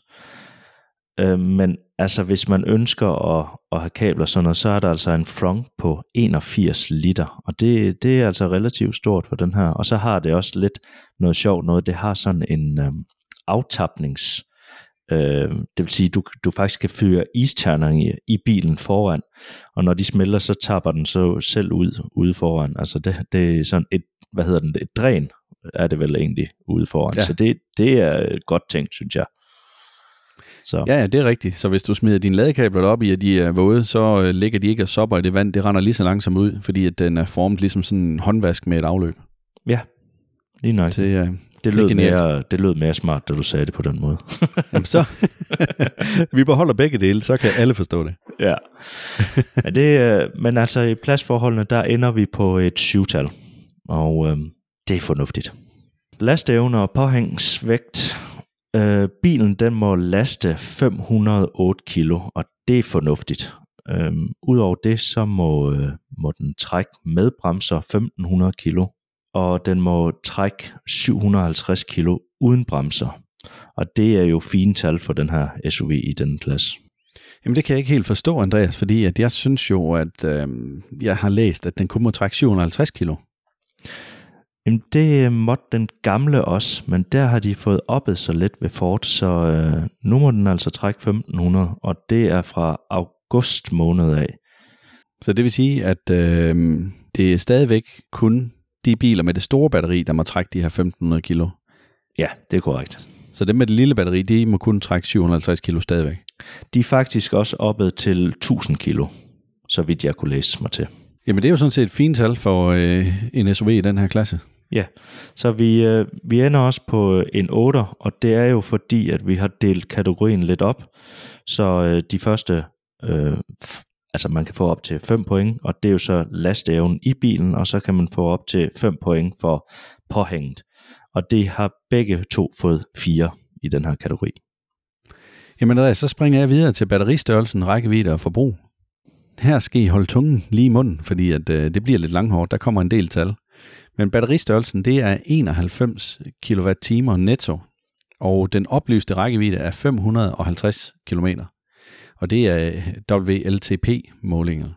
Øh, men altså hvis man ønsker at, at have kabler sådan noget, så er der altså en front på enogfirs liter, og det, det er altså relativt stort for den her. Og så har det også lidt noget sjovt noget, det har sådan en øh, aftapnings, øh, det vil sige, du, du faktisk kan fyre isterninger i, i bilen foran, og når de smelter, så tapper den så selv ud ude foran. Altså det, det er sådan et, hvad hedder den, et dræn er det vel egentlig ude foran. Ja. Så det, det er godt tænkt, synes jeg. Så. Ja, ja, det er rigtigt. Så hvis du smider dine ladekabler op i, at de er våde, så øh, ligger de ikke og sopper i det vand. Det render lige så langsomt ud, fordi at den er formet ligesom sådan en håndvask med et afløb. Ja, lige nok. Det, øh, det, lød mere, det lød mere smart, da du sagde det på den måde. Jamen så, vi beholder begge dele, så kan alle forstå det. Ja, men, det, men altså i pladsforholdene, der ender vi på et syvtal, og øh, det er fornuftigt. Lasteevne og påhængsvægt. Øh, bilen den må laste fem hundrede og otte kilo, og det er fornuftigt. Øh, Udover det, så må, øh, må den trække med bremser femten hundrede kilo, og den må trække syv hundrede og halvtreds kilo uden bremser. Og det er jo fine tal for den her S U V i den klasse. Jamen det kan jeg ikke helt forstå, Andreas, fordi at jeg synes jo, at øh, jeg har læst, at den kun må trække syv hundrede og halvtreds kilo. Jamen det måtte den gamle også, men der har de fået oppet så lidt ved Ford, så øh, nu må den altså trække femten hundrede, og det er fra august måned af. Så det vil sige, at øh, det er stadigvæk kun de biler med det store batteri, der må trække de her femten hundrede kilo. Ja, det er korrekt. Så dem med det lille batteri, de må kun trække syv hundrede og halvtreds kilo stadigvæk. De er faktisk også oppet til tusind kilo, så vidt jeg kunne læse mig til. Jamen det er jo sådan set et fint tal for øh, en S U V i den her klasse. Ja, så vi, øh, vi ender også på en otter, og det er jo fordi, at vi har delt kategorien lidt op, så øh, de første, øh, f- altså man kan få op til fem point, og det er jo så lasteevnen i bilen, og så kan man få op til fem point for påhænget, og det har begge to fået fire i den her kategori. Jamen Andreas, så springer jeg videre til batteristørrelsen, rækkevidde og forbrug. Her skal I holde tungen lige i munden, fordi at, øh, det bliver lidt langhårdt, der kommer en del tal. Men batteristørrelsen, det er enoghalvfems kilowatt-timer netto, og den oplyste rækkevidde er fem hundrede og halvtreds kilometer. Og det er W L T P-målinger.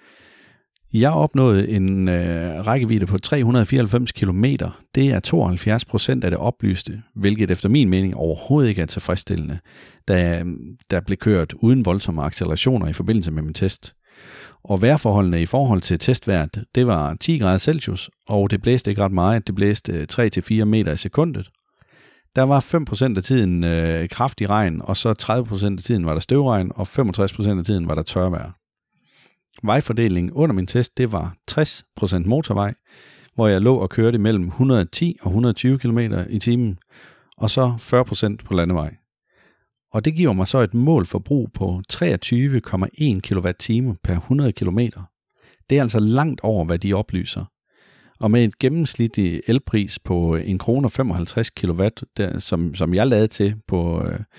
Jeg opnåede en øh, rækkevidde på tre hundrede og fireoghalvfems kilometer. Det er tooghalvfjerds procent af det oplyste, hvilket efter min mening overhovedet ikke er tilfredsstillende, da der blev kørt uden voldsomme accelerationer i forbindelse med min test. Og vejrforholdene i forhold til testvejret, det var ti grader Celsius, og det blæste ikke ret meget. Det blæste tre til fire meter i sekundet. Der var fem procent af tiden øh, kraftig regn, og så tredive procent af tiden var der støvregn, og femogtres procent af tiden var der tørvejr. Vejfordelingen under min test, det var tres procent motorvej, hvor jeg lå og kørte mellem et hundrede og ti og et hundrede og tyve kilometer i timen, og så fyrre procent på landevej. Og det giver mig så et målforbrug på treogtyve komma en kilowatt-timer per hundrede kilometer. Det er altså langt over, hvad de oplyser. Og med et gennemsnitlig elpris på en krone femoghalvtreds kilowatt, der, som, som jeg lavede til på, øh,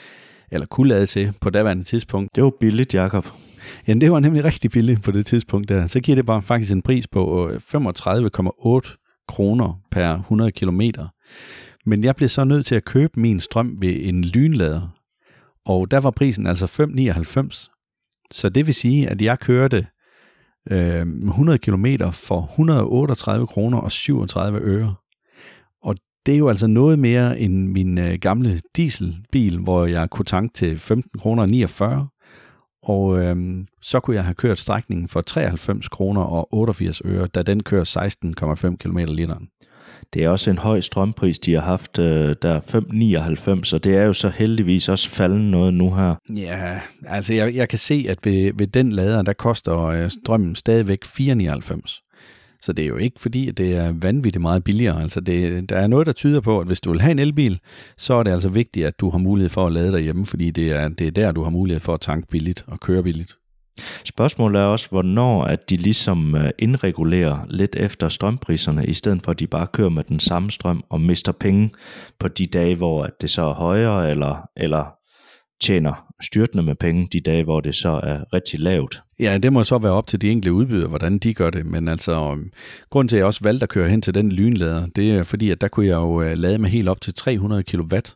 eller kunne lade til på daværende tidspunkt. Det var billigt, Jakob. Ja, det var nemlig rigtig billigt på det tidspunkt der. Så giver det bare faktisk en pris på femogtredive komma otte kroner per hundrede kilometer. Men jeg blev så nødt til at købe min strøm ved en lynlader, og der var prisen altså fem komma nioghalvfems. Så det vil sige, at jeg kørte øh, hundrede kilometer for et hundrede og otteogtredive kroner og syvogtredive øre. Og det er jo altså noget mere end min øh, gamle dieselbil, hvor jeg kunne tanke til femten kroner og niogfyrre. Og øhm, så kunne jeg have kørt strækningen for treoghalvfems kroner og otteogfirs øre, da den kører seksten komma fem kilometer literen. Det er også en høj strømpris, de har haft øh, der fem komma nioghalvfems, og det er jo så heldigvis også faldende noget nu her. Ja, altså jeg, jeg kan se, at ved, ved den lader, der koster øh, strømmen stadigvæk fire komma nioghalvfems. Så det er jo ikke fordi, at det er vanvittigt meget billigere. Altså det, der er noget, der tyder på, at hvis du vil have en elbil, så er det altså vigtigt, at du har mulighed for at lade derhjemme, fordi det er, det er der, du har mulighed for at tanke billigt og køre billigt. Spørgsmålet er også, hvornår at de ligesom indregulerer lidt efter strømpriserne, i stedet for at de bare kører med den samme strøm og mister penge på de dage, hvor det så er højere, eller, eller tjener styrtende med penge de dage, hvor det så er rigtig lavt. Ja, det må så være op til de enkelte udbydere, hvordan de gør det, men altså, grunden til, at jeg også valgte at køre hen til den lynlader, det er fordi, at der kunne jeg jo lade med helt op til tre hundrede kilowatt,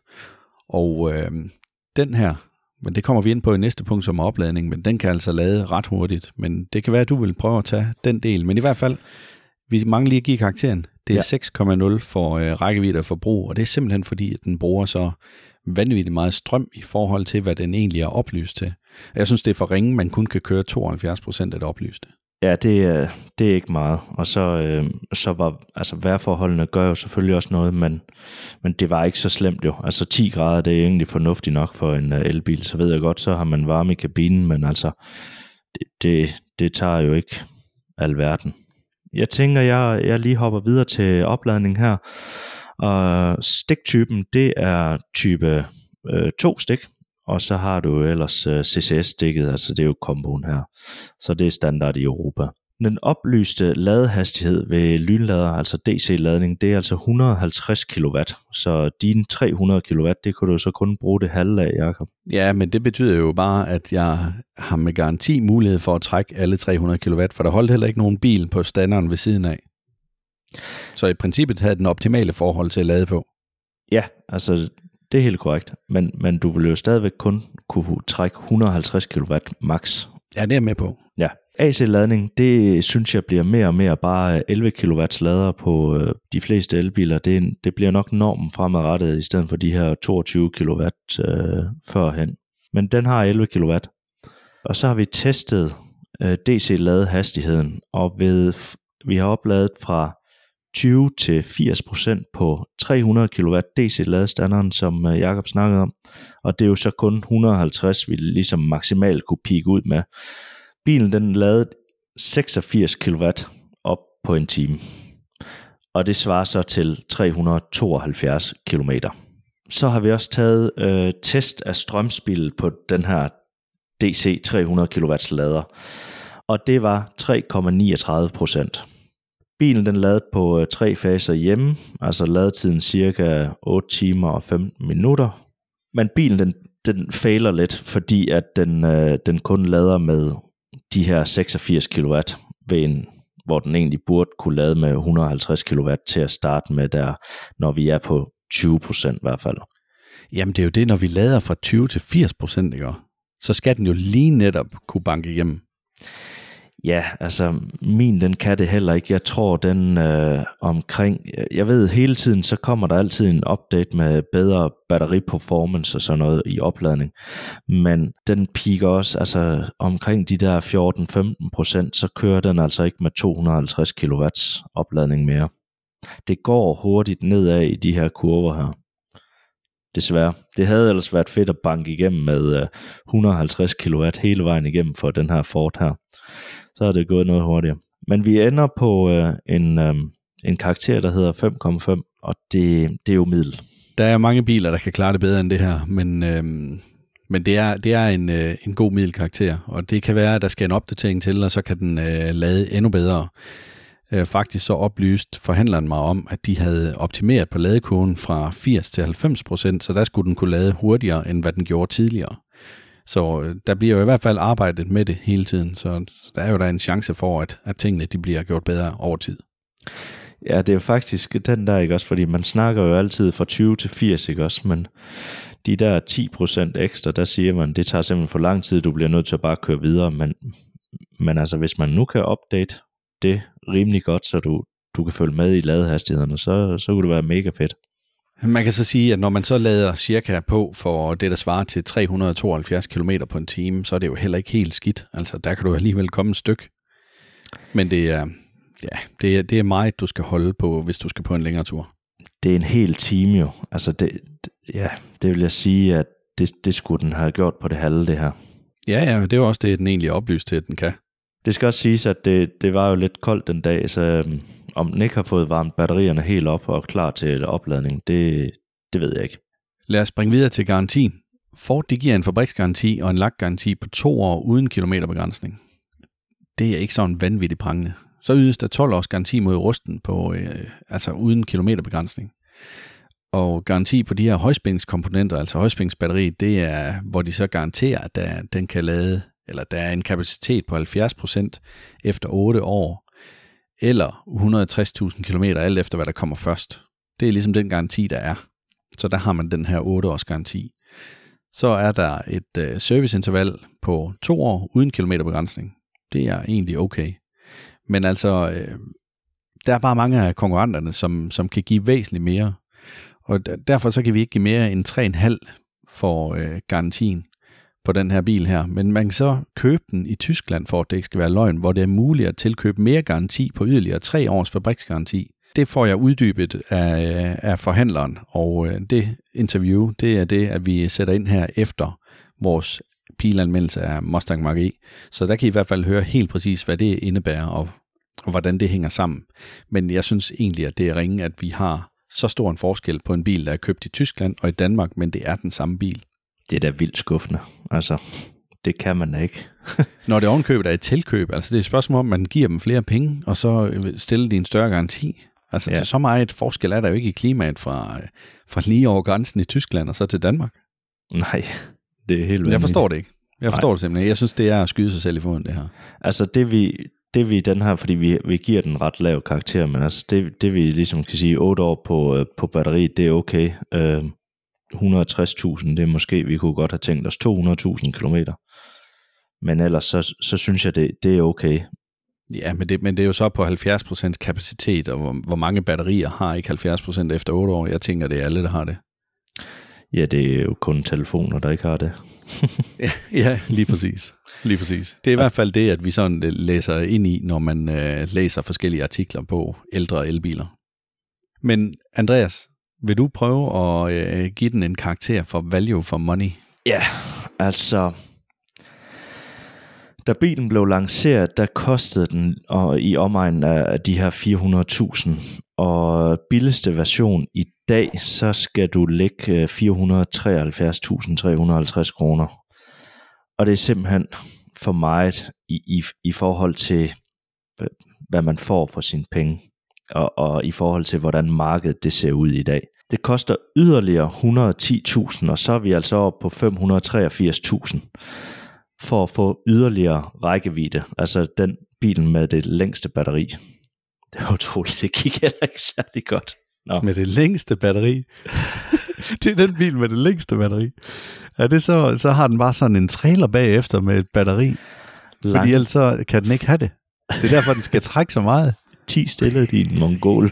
og øh, den her, men det kommer vi ind på i næste punkt som opladning, men den kan altså lade ret hurtigt, men det kan være, at du vil prøve at tage den del, men i hvert fald, vi mangler lige at give karakteren, det er ja. seks komma nul for øh, rækkevidde og forbrug, og det er simpelthen fordi, at den bruger så vanvittigt meget strøm i forhold til, hvad den egentlig er oplyst til. Jeg synes, det er for ringe, man kun kan køre tooghalvfjerds procent af det oplyste. Ja, det er, det er ikke meget. Og så, øh, så var, altså vejrforholdene gør jo selvfølgelig også noget, men, men det var ikke så slemt jo. Altså ti grader, det er egentlig fornuftigt nok for en uh, elbil. Så ved jeg godt, så har man varme i kabinen, men altså, det, det, det tager jo ikke alverden. Jeg tænker, jeg, jeg lige hopper videre til opladning her. Og stiktypen, det er type øh, to stik, og så har du ellers øh, C C S-stikket, altså det er jo komboen her, så det er standard i Europa. Den oplyste ladehastighed ved lynlader, altså D C-ladning, det er altså et hundrede og halvtreds kilowatt, så dine tre hundrede kilowatt, det kunne du så kun bruge det halve af, Jakob. Ja, men det betyder jo bare, at jeg har med garanti mulighed for at trække alle tre hundrede kilowatt, for der holdt heller ikke nogen bil på standarden ved siden af. Så i princippet havde den optimale forhold til at lade på. Ja, altså det er helt korrekt, men, men du vil jo stadigvæk kun kunne trække et hundrede og halvtreds kilowatt max. Ja, det er med på. Ja, A C-ladning, det synes jeg bliver mere og mere bare elleve kilowatt lader på øh, de fleste elbiler. Det, det bliver nok normen fremadrettet, i stedet for de her toogtyve kilowatt øh, førhen. Men den har elleve kilowatt. Og så har vi testet øh, D C-ladehastigheden, og ved, vi har opladet fra tyve til firs procent på tre hundrede kilowatt D C-ladestandarden, som Jakob snakkede om, og det er jo så kun et hundrede og halvtreds, vi ligesom maksimalt kunne peak ud med. Bilen den ladede seksogfirs kilowatt op på en time, og det svarer så til tre hundrede og tooghalvfjerds kilometer. Så har vi også taget øh, test af strømspillet på den her D C tre hundrede kilowatt lader, og det var tre komma niogtredive procent. Bilen den ladede på tre faser hjemme, altså ladetiden cirka otte timer og femten minutter. Men bilen den, den fejler lidt, fordi at den, øh, den kun lader med de her seksogfirs kilowatt, ved en, hvor den egentlig burde kunne lade med et hundrede og halvtreds kilowatt til at starte med der, når vi er på tyve procent i hvert fald. Jamen det er jo det, når vi lader fra tyve til firs procent, ikke? Så skal den jo lige netop kunne banke igennem. Ja, altså min den kan det heller ikke. Jeg tror den øh, omkring, jeg ved hele tiden, så kommer der altid en update med bedre batteriperformance og sådan noget i opladning. Men den piker også, altså omkring de der fjorten til femten procent, så kører den altså ikke med to hundrede og halvtreds kilowatts opladning mere. Det går hurtigt nedad i de her kurver her. Desværre. Det havde ellers været fedt at banke igennem med øh, et hundrede og halvtreds kilowatt hele vejen igennem for den her Ford her. Så er det gået noget hurtigere. Men vi ender på øh, en, øh, en karakter, der hedder fem komma fem, og det, det er jo middel. Der er mange biler, der kan klare det bedre end det her, men, øh, men det er, det er en, øh, en god middelkarakter, og det kan være, at der skal en opdatering til, og så kan den øh, lade endnu bedre. Øh, faktisk så oplyste forhandleren mig om, at de havde optimeret på ladekurven fra firs til halvfems procent, så der skulle den kunne lade hurtigere, end hvad den gjorde tidligere. Så øh, der bliver jo i hvert fald arbejdet med det hele tiden, så der er jo der en chance for, at, at tingene de bliver gjort bedre over tid. Ja, det er jo faktisk den der, ikke også, fordi man snakker jo altid fra tyve til firs, ikke også, men de der ti procent ekstra, der siger man, det tager simpelthen for lang tid, du bliver nødt til at bare køre videre, men, men altså hvis man nu kan update det rimelig godt, så du, du kan følge med i ladehastighederne, så, så kunne det være mega fedt. Man kan så sige, at når man så lader cirka på for det, der svarer til tre hundrede og tooghalvfjerds kilometer på en time, så er det jo heller ikke helt skidt. Altså der kan du alligevel komme et stykke. Men det er, ja, det er, det er meget, du skal holde på, hvis du skal på en længere tur. Det er en hel time jo. Altså det, ja, det vil jeg sige, at det, det skulle den have gjort på det halve, det her. Ja, ja, det er også det, den egentlig oplyst til, at den kan. Det skal også siges, at det, det var jo lidt koldt den dag, så øhm, om den ikke har fået varmt batterierne helt op og klar til opladning, det, det ved jeg ikke. Lad os springe videre til garantien. Ford de giver en fabriksgaranti og en lakgaranti på to år uden kilometerbegrænsning. Det er ikke sådan vanvittigt prangende. Så ydes der tolv års garanti mod rusten på, øh, altså uden kilometerbegrænsning. Og garanti på de her højspændingskomponenter, altså højspændingsbatteri, det er, hvor de så garanterer, at der, den kan lade, eller der er en kapacitet på halvfjerds procent efter otte år, eller et hundrede og tres tusind kilometer, alt efter hvad der kommer først. Det er ligesom den garanti, der er. Så der har man den her otte års garanti. Så er der et øh, serviceinterval på to år uden kilometerbegrænsning. Det er egentlig okay. Men altså, øh, der er bare mange af konkurrenterne, som, som kan give væsentligt mere. Og derfor så kan vi ikke give mere end tre komma fem for øh, garantien på den her bil her. Men man kan så købe den i Tyskland, for at det ikke skal være løgn, hvor det er muligt at tilkøbe mere garanti på yderligere tre års fabriksgaranti. Det får jeg uddybet af, af forhandleren, og øh, det interview, det er det, at vi sætter ind her efter vores bilanmeldelse af Mustang Mach-E. Så der kan I i hvert fald høre helt præcis, hvad det indebærer, og, og hvordan det hænger sammen. Men jeg synes egentlig, at det er ringe, at vi har så stor en forskel på en bil, der er købt i Tyskland og i Danmark, men det er den samme bil. Det er da vildt skuffende. Altså, det kan man ikke. Når det ovenkøbet er et tilkøb, altså det er et spørgsmål om, at man giver dem flere penge, og så stiller de en større garanti. Altså ja. Så meget forskel er der jo ikke i klimaet fra, fra lige over grænsen i Tyskland og så til Danmark. Nej, det er helt vanvittigt. Jeg forstår det ikke. Jeg forstår Nej. det simpelthen. Jeg synes, det er at skyde sig selv i foden, det her. Altså det vi, det vi den her, fordi vi, vi giver den ret lav karakter, men altså det, det vi ligesom kan sige, otte år på, på batteriet, det er okay. Øh, et hundrede og tres tusind, det er måske, vi kunne godt have tænkt os to hundrede tusind kilometer. Men ellers så, så synes jeg, det, det er okay. Ja, men det, men det er jo så på halvfjerds procent kapacitet, og hvor, hvor mange batterier har ikke halvfjerds procent efter otte år? Jeg tænker, det er alle, der har det. Ja, det er jo kun telefoner, der ikke har det. ja, ja, lige præcis. Lige præcis. Det er i hvert fald det, at vi sådan læser ind i, når man øh, læser forskellige artikler på ældre elbiler. Men Andreas, vil du prøve at øh, give den en karakter for value for money? Ja, altså... Da bilen blev lanceret, der kostede den og i omegnen af de her fire hundrede tusind, og billigste version i dag, så skal du lægge fire hundrede og treoghalvfjerds tusind tre hundrede og halvtreds kroner. Og det er simpelthen for meget i, i, i forhold til, hvad man får for sine penge, og, og i forhold til, hvordan markedet det ser ud i dag. Det koster yderligere et hundrede og ti tusind, og så er vi altså oppe på fem hundrede og treogfirs tusind. For at få yderligere rækkevidde, altså den bil med det længste batteri. Det var utroligt, det gik heller ikke særlig godt. Nå. Med det længste batteri? Det er den bil med det længste batteri. Er det så, så har den bare sådan en trailer bagefter med et batteri? Lang. Fordi ellers så kan den ikke have det. Det er derfor, den skal trække så meget. ti stille din mongol.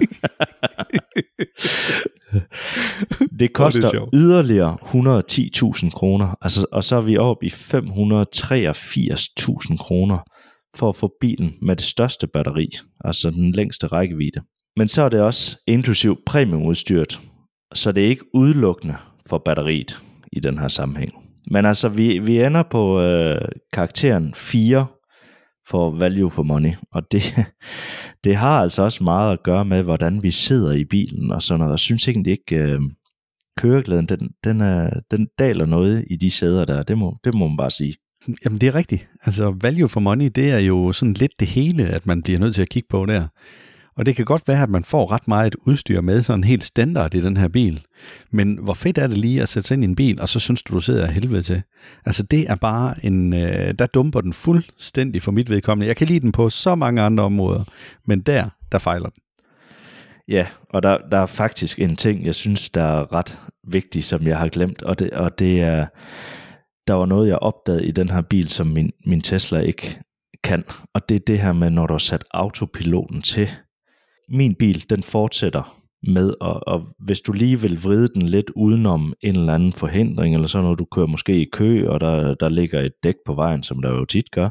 Det koster det yderligere et hundrede og ti tusind kroner, altså, og så er vi oppe i fem hundrede og treogfirs tusind kroner for at få bilen med det største batteri, altså den længste rækkevidde. Men så er det også inklusiv premiumudstyret, så det er ikke udelukkende for batteriet i den her sammenhæng. Men altså, vi, vi ender på øh, karakteren fire for value for money, og det, det har altså også meget at gøre med, hvordan vi sidder i bilen og sådan noget. Jeg synes egentlig ikke, øh, køreglæden, den, den, er, den daler noget i de sæder der, det må, det må man bare sige. Jamen, det er rigtigt. Altså, value for money, det er jo sådan lidt det hele, at man bliver nødt til at kigge på der. Og det kan godt være, at man får ret meget udstyr med, sådan helt standard i den her bil. Men hvor fedt er det lige at sætte sig ind i en bil, og så synes du, du sidder af helvede til. Altså, det er bare en... Øh, der dumper den fuldstændig for mit vedkommende. Jeg kan lide den på så mange andre områder, men der, der fejler den. Ja, og der, der er faktisk en ting, jeg synes, der er ret vigtig, som jeg har glemt, og det, og det er... Der var noget, jeg opdagede i den her bil, som min, min Tesla ikke kan. Og det er det her med, når du har sat autopiloten til. Min bil, den fortsætter med, og, og hvis du lige vil vride den lidt udenom en eller anden forhindring, eller så når du kører måske i kø, og der, der ligger et dæk på vejen, som der jo tit gør.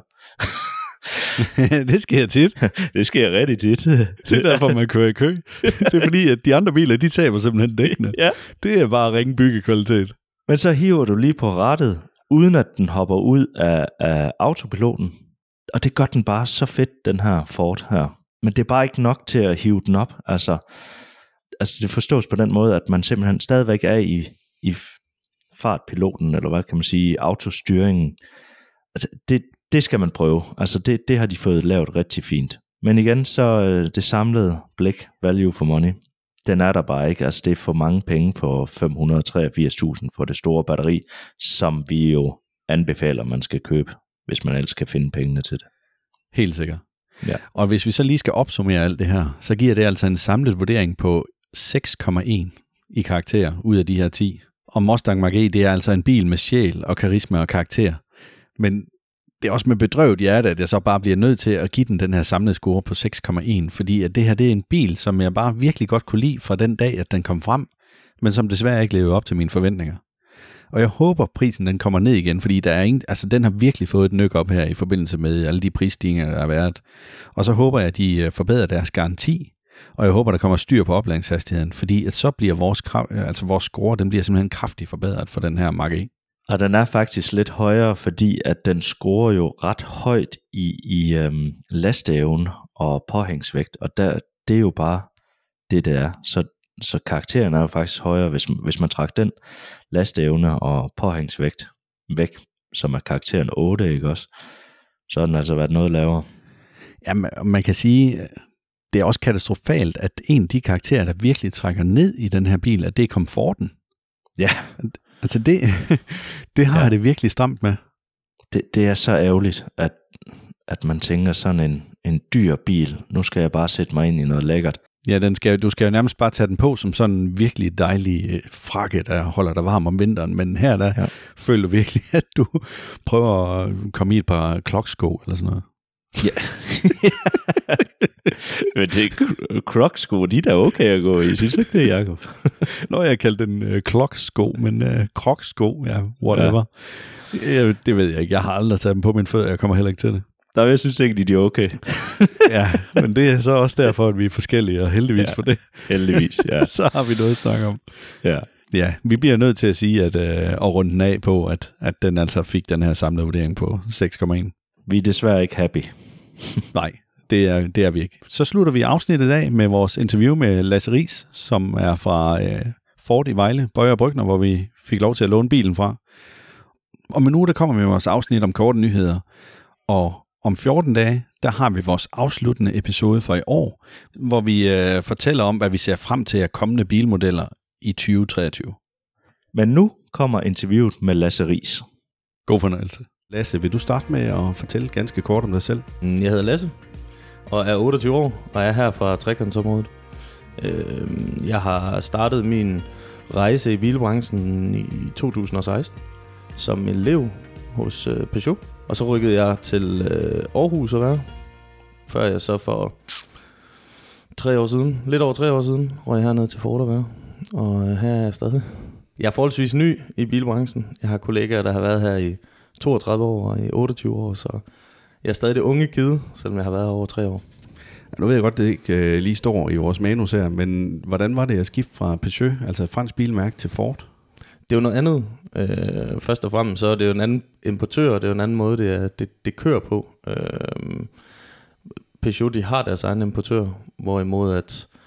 Det sker tit. Det sker rigtig tit. Det er derfor, man kører i kø. Det er fordi, at de andre biler, de taber simpelthen dækkene. Ja. Det er bare ringe byggekvalitet. Men så hiver du lige på rattet, uden at den hopper ud af, af autopiloten. Og det gør den bare så fedt, den her Ford her. Men det er bare ikke nok til at hive den op. Altså, altså det forstås på den måde, at man simpelthen stadigvæk er i, i fartpiloten, eller hvad kan man sige, autostyringen. Altså, det, det skal man prøve. Altså det, det har de fået lavet rigtig fint. Men igen, så det samlede blik, value for money, den er der bare ikke. Altså det er for mange penge for fem hundrede og treogfirs tusind for det store batteri, som vi jo anbefaler, man skal købe, hvis man ellers kan finde pengene til det. Helt sikkert. Ja. Og hvis vi så lige skal opsummere alt det her, så giver det altså en samlet vurdering på seks komma en i karakter ud af de her ti. Og Mustang Mach-E, det er altså en bil med sjæl og karisma og karakter. Men det er også med bedrøvet hjerte, at jeg så bare bliver nødt til at give den den her samlede score på seks komma en, fordi at det her, det er en bil, som jeg bare virkelig godt kunne lide fra den dag, at den kom frem, men som desværre ikke levede op til mine forventninger. Og jeg håber, prisen den kommer ned igen, fordi der er ingen, altså den har virkelig fået et nyk op her i forbindelse med alle de prisstigninger, der har været. Og så håber jeg, at de forbedrer deres garanti, og jeg håber, der kommer styr på opladningshastigheden, fordi at så bliver vores, altså vores score, den bliver simpelthen kraftigt forbedret for den her Mach-E. Og den er faktisk lidt højere, fordi at den scorer jo ret højt i, i øhm, lasteevne og påhængsvægt, og der, det er jo bare det, det er. Så, så karakteren er jo faktisk højere, hvis, hvis man trækker den lasteevne og påhængsvægt væk, som er karakteren otte, ikke også? Så har den altså været noget lavere. Ja, man kan sige, det er også katastrofalt, at en af de karakterer, der virkelig trækker ned i den her bil, at det er komforten. Ja. Altså det, det har ja. det virkelig stramt med. Det, det er så ærgerligt, at, at man tænker sådan en, en dyr bil, nu skal jeg bare sætte mig ind i noget lækkert. Ja, den skal, du skal jo nærmest bare tage den på som sådan en virkelig dejlig frakke, der holder dig varm om vinteren. Men her der ja. føler du virkelig, at du prøver at komme i et par kloksko eller sådan noget. Ja. Men det er Crocs-sko, de er da okay at gå i. Synes ikke det, Jacob? Nå, jeg kaldte den uh, Crocs-sko, men uh, Crocs-sko, ja, whatever. Ja. Ja, det ved jeg ikke. Jeg har aldrig taget dem på mine fødder. Jeg kommer heller ikke til det. Der jeg synes ikke, de er okay. Ja, men det er så også derfor, at vi er forskellige, og heldigvis ja, for det. Heldigvis, ja. Så har vi noget at snakke om. Ja. Ja, vi bliver nødt til at sige, at, uh, at runde den af på, at, at den altså fik den her samlede vurdering på seks komma en. Vi er desværre ikke happy. Nej, det er, det er vi ikke. Så slutter vi afsnittet af med vores interview med Lasse Riis, som er fra øh, Ford i Vejle, Bøje og Brygner, hvor vi fik lov til at låne bilen fra. Om en uge, der kommer vi med vores afsnit om korte nyheder. Og om fjorten dage, der har vi vores afsluttende episode for i år, hvor vi øh, fortæller om, hvad vi ser frem til af kommende bilmodeller i tyve treogtyve. Men nu kommer interviewet med Lasse Riis. God fornøjelse. Lasse, vil du starte med at fortælle ganske kort om dig selv? Jeg hedder Lasse, og er otteogtyve år, og er her fra trekantsområdet. Jeg har startet min rejse i bilbranchen i to tusind og seksten som elev hos Peugeot. Og så rykkede jeg til Aarhus at være, før jeg så for tre år siden, lidt over tre år siden, røg jeg herned til Ford at være. Og her er jeg stadig. Jeg er forholdsvis ny i bilbranchen. Jeg har kollegaer, der har været her i toogtredive år og i otteogtyve år, så jeg er stadig det unge kid, selvom jeg har været over tre år. Ja, nu ved jeg godt, det ikke øh, lige står i vores manus her, men hvordan var det at skifte fra Peugeot, altså et fransk bilmærke, til Ford? Det er jo noget andet. Øh, først og fremmest så er det jo en anden importør, det er jo en anden måde, det, er, det, det kører på. Øh, Peugeot, de har deres egen importør, hvorimod at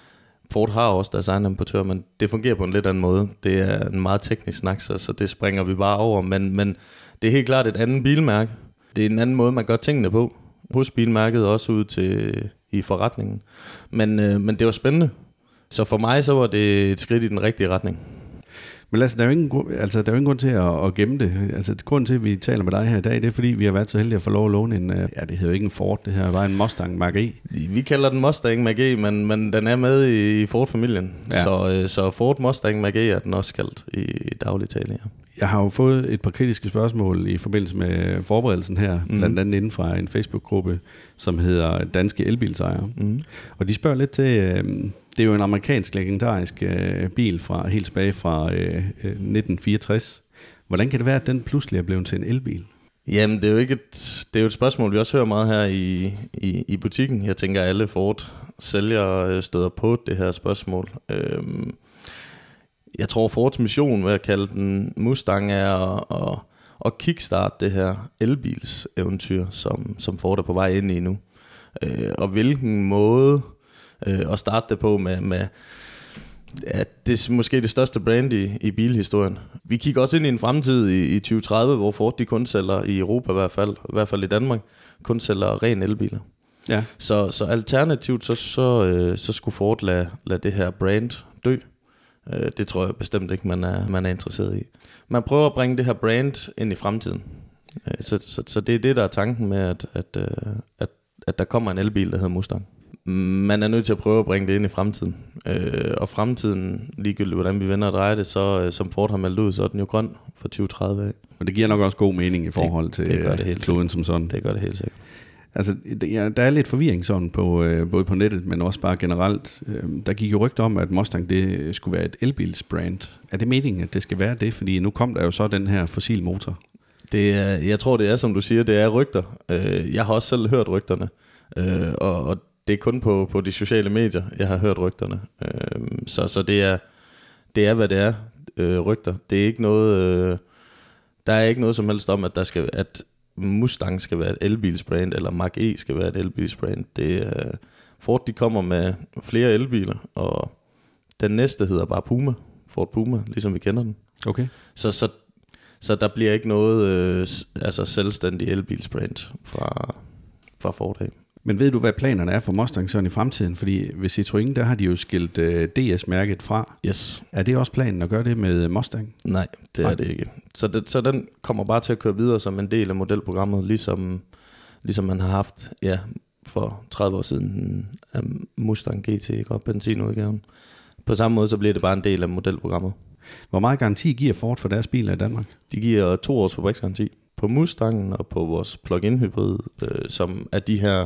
Ford har også deres egen importør, men det fungerer på en lidt anden måde. Det er en meget teknisk snak, så, så det springer vi bare over. Men, men det er helt klart et andet bilmærke. Det er en anden måde, man gør tingene på. Hos bilmærket også ud til i forretningen. Men, øh, men det var spændende. Så for mig så var det et skridt i den rigtige retning. Men altså, der er jo ingen, altså, der er jo ingen grund til at, at gemme det. Altså, grunden til, at vi taler med dig her i dag, det er, fordi vi har været så heldige at få lov at låne en, ja, det hedder jo ikke en Ford, det her var en Mustang Mach-E. Vi kalder den Mustang Mach-E, men, men den er med i, i Ford-familien. Ja. Så, så Ford Mustang Mach-E er den også kaldt i, i daglig tale, ja. Jeg har jo fået et par kritiske spørgsmål i forbindelse med forberedelsen her, mm. blandt andet inden fra en Facebook-gruppe, som hedder Danske Elbilsejere. Mm. Og de spørger lidt til, øh, det er jo en amerikansk legendarisk øh, bil fra helt tilbage fra øh, nitten fireogtres. Hvordan kan det være, at den pludselig er blevet til en elbil? Jamen, det er jo ikke et, det er jo et spørgsmål, vi også hører meget her i, i, i butikken. Jeg tænker, at alle Ford-sælgere støder på det her spørgsmål. Øhm, Jeg tror, Fords mission ved at kalde den Mustang er at, at, at kickstarte det her elbilseventyr, som, som Ford er på vej ind i nu. Øh, og hvilken måde øh, at starte det på med, med at det er måske det største brand i, i bilhistorien. Vi kigger også ind i en fremtid i, i tyve tredive, hvor Ford de kun sælger i Europa i hvert fald, i hvert fald i Danmark, kun sælger ren elbiler. Ja. Så, så alternativt så, så, øh, så skulle Ford lade, lade det her brand dø. Det tror jeg bestemt ikke, man er, man er interesseret i. Man prøver at bringe det her brand ind i fremtiden. Så, så, så det er det, der er tanken med, at, at, at, at der kommer en elbil, der hedder Mustang. Man er nødt til at prøve at bringe det ind i fremtiden. Og fremtiden, ligegyldigt hvordan vi vender og drejer det, så som Ford har meldt ud, så er den jo grøn for tyve tredive af. Og det giver nok også god mening i forhold det, til det gør det helt kloden som sådan. Det gør det helt sikkert. Altså, ja, der er lidt forvirring sådan på, øh, både på nettet, men også bare generelt. Øh, der gik jo rygter om, at Mustang det skulle være et elbilsbrand. Er det meningen, at det skal være det? Fordi nu kom der jo så den her fossil motor. Det er, jeg tror, det er, som du siger, det er rygter. Øh, jeg har også selv hørt rygterne, øh, og, og det er kun på, på de sociale medier, jeg har hørt rygterne. Øh, så så det, er, det er, hvad det er, øh, rygter. Det er ikke noget, øh, der er ikke noget som helst om, at der skal... At Mustang skal være et elbilsbrand, eller Mach-E skal være et elbilsbrand. Det er, Ford de kommer med flere elbiler, og den næste hedder bare Puma, Ford Puma, ligesom vi kender den. Okay. Så, så, så der bliver ikke noget øh, altså selvstændig elbilsbrand fra, fra Ford af. Men ved du, hvad planerne er for Mustang sådan i fremtiden? Fordi ved Citroën, der har de jo skilt uh, D S-mærket fra. Yes. Er det også planen at gøre det med Mustang? Nej, det Nej. er det ikke. Så, det, så den kommer bare til at køre videre som en del af modelprogrammet, ligesom, ligesom man har haft ja, for tredive år siden af Mustang G T, ikke? Og benzinudgaven. På samme måde så bliver det bare en del af modelprogrammet. Hvor meget garanti giver Ford for deres biler i Danmark? De giver to års fabriksgaranti på Mustangen og på vores plug-in hybrid, øh, som er de her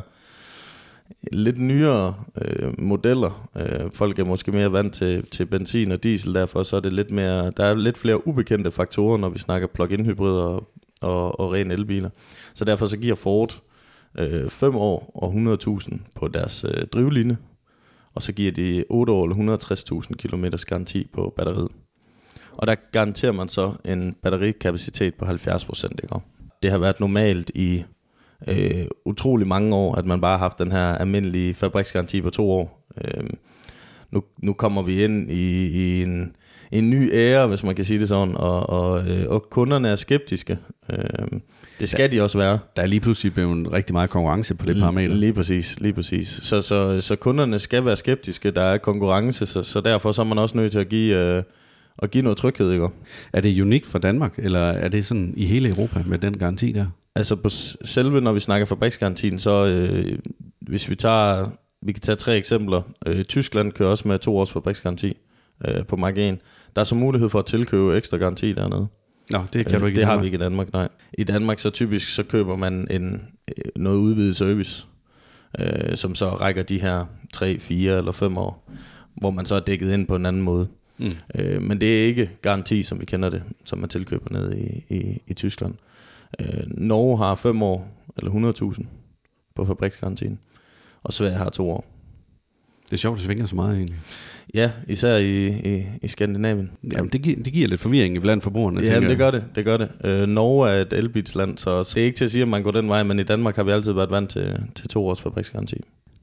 lidt nyere øh, modeller. Øh, folk er måske mere vant til, til benzin og diesel, derfor så er det lidt mere, der er lidt flere ubekendte faktorer, når vi snakker plug-in hybrider og, og, og ren elbiler. Så derfor så giver Ford øh, fem år og hundrede tusind på deres øh, drivlinje, og så giver de otte år eller et hundrede og tres tusind kilometers garanti på batteriet. Og der garanterer man så en batterikapacitet på halvfjerds procent. Ikke? Det har været normalt i øh, utrolig mange år, at man bare har haft den her almindelige fabriksgaranti på to år. Øh, nu, nu kommer vi ind i, i en, en ny ære, hvis man kan sige det sådan, og, og, øh, og kunderne er skeptiske. Øh, det skal ja, de også være. Der er lige pludselig blevet rigtig meget konkurrence på det parameter. Lige præcis, lige præcis. Så, så, så kunderne skal være skeptiske, der er konkurrence, så, så derfor så er man også nødt til at give... Øh, og give noget tryghed, ikke? Er det unikt for Danmark, eller er det sådan i hele Europa med den garanti der? Altså på selve, når vi snakker fabriksgarantien, så øh, hvis vi tager, vi kan tage tre eksempler. Øh, Tyskland kører også med to års fabriksgaranti øh, på Mark en. Der er så mulighed for at tilkøbe ekstra garanti dernede. Nå, det kan du ikke. Øh, det har vi ikke i Danmark, nej. I Danmark så typisk så køber man en noget udvidet service, øh, som så rækker de her tre, fire eller fem år, hvor man så er dækket ind på en anden måde. Mm. Øh, men det er ikke garanti, som vi kender det, som man tilkøber nede i, i, i Tyskland. øh, Norge har fem år eller hundrede tusind på fabriksgarantien, og Sverige har to år. Det er sjovt, det svinger så meget egentlig. Ja, især i, i, i Skandinavien. Jamen, det, gi- det giver lidt forvirring blandt forbrugerne. Ja, det gør det, det gør det. Øh, Norge er et elbilsland, så det er ikke til at sige, at man går den vej, men i Danmark har vi altid været vant til, til to års fabriksgaranti.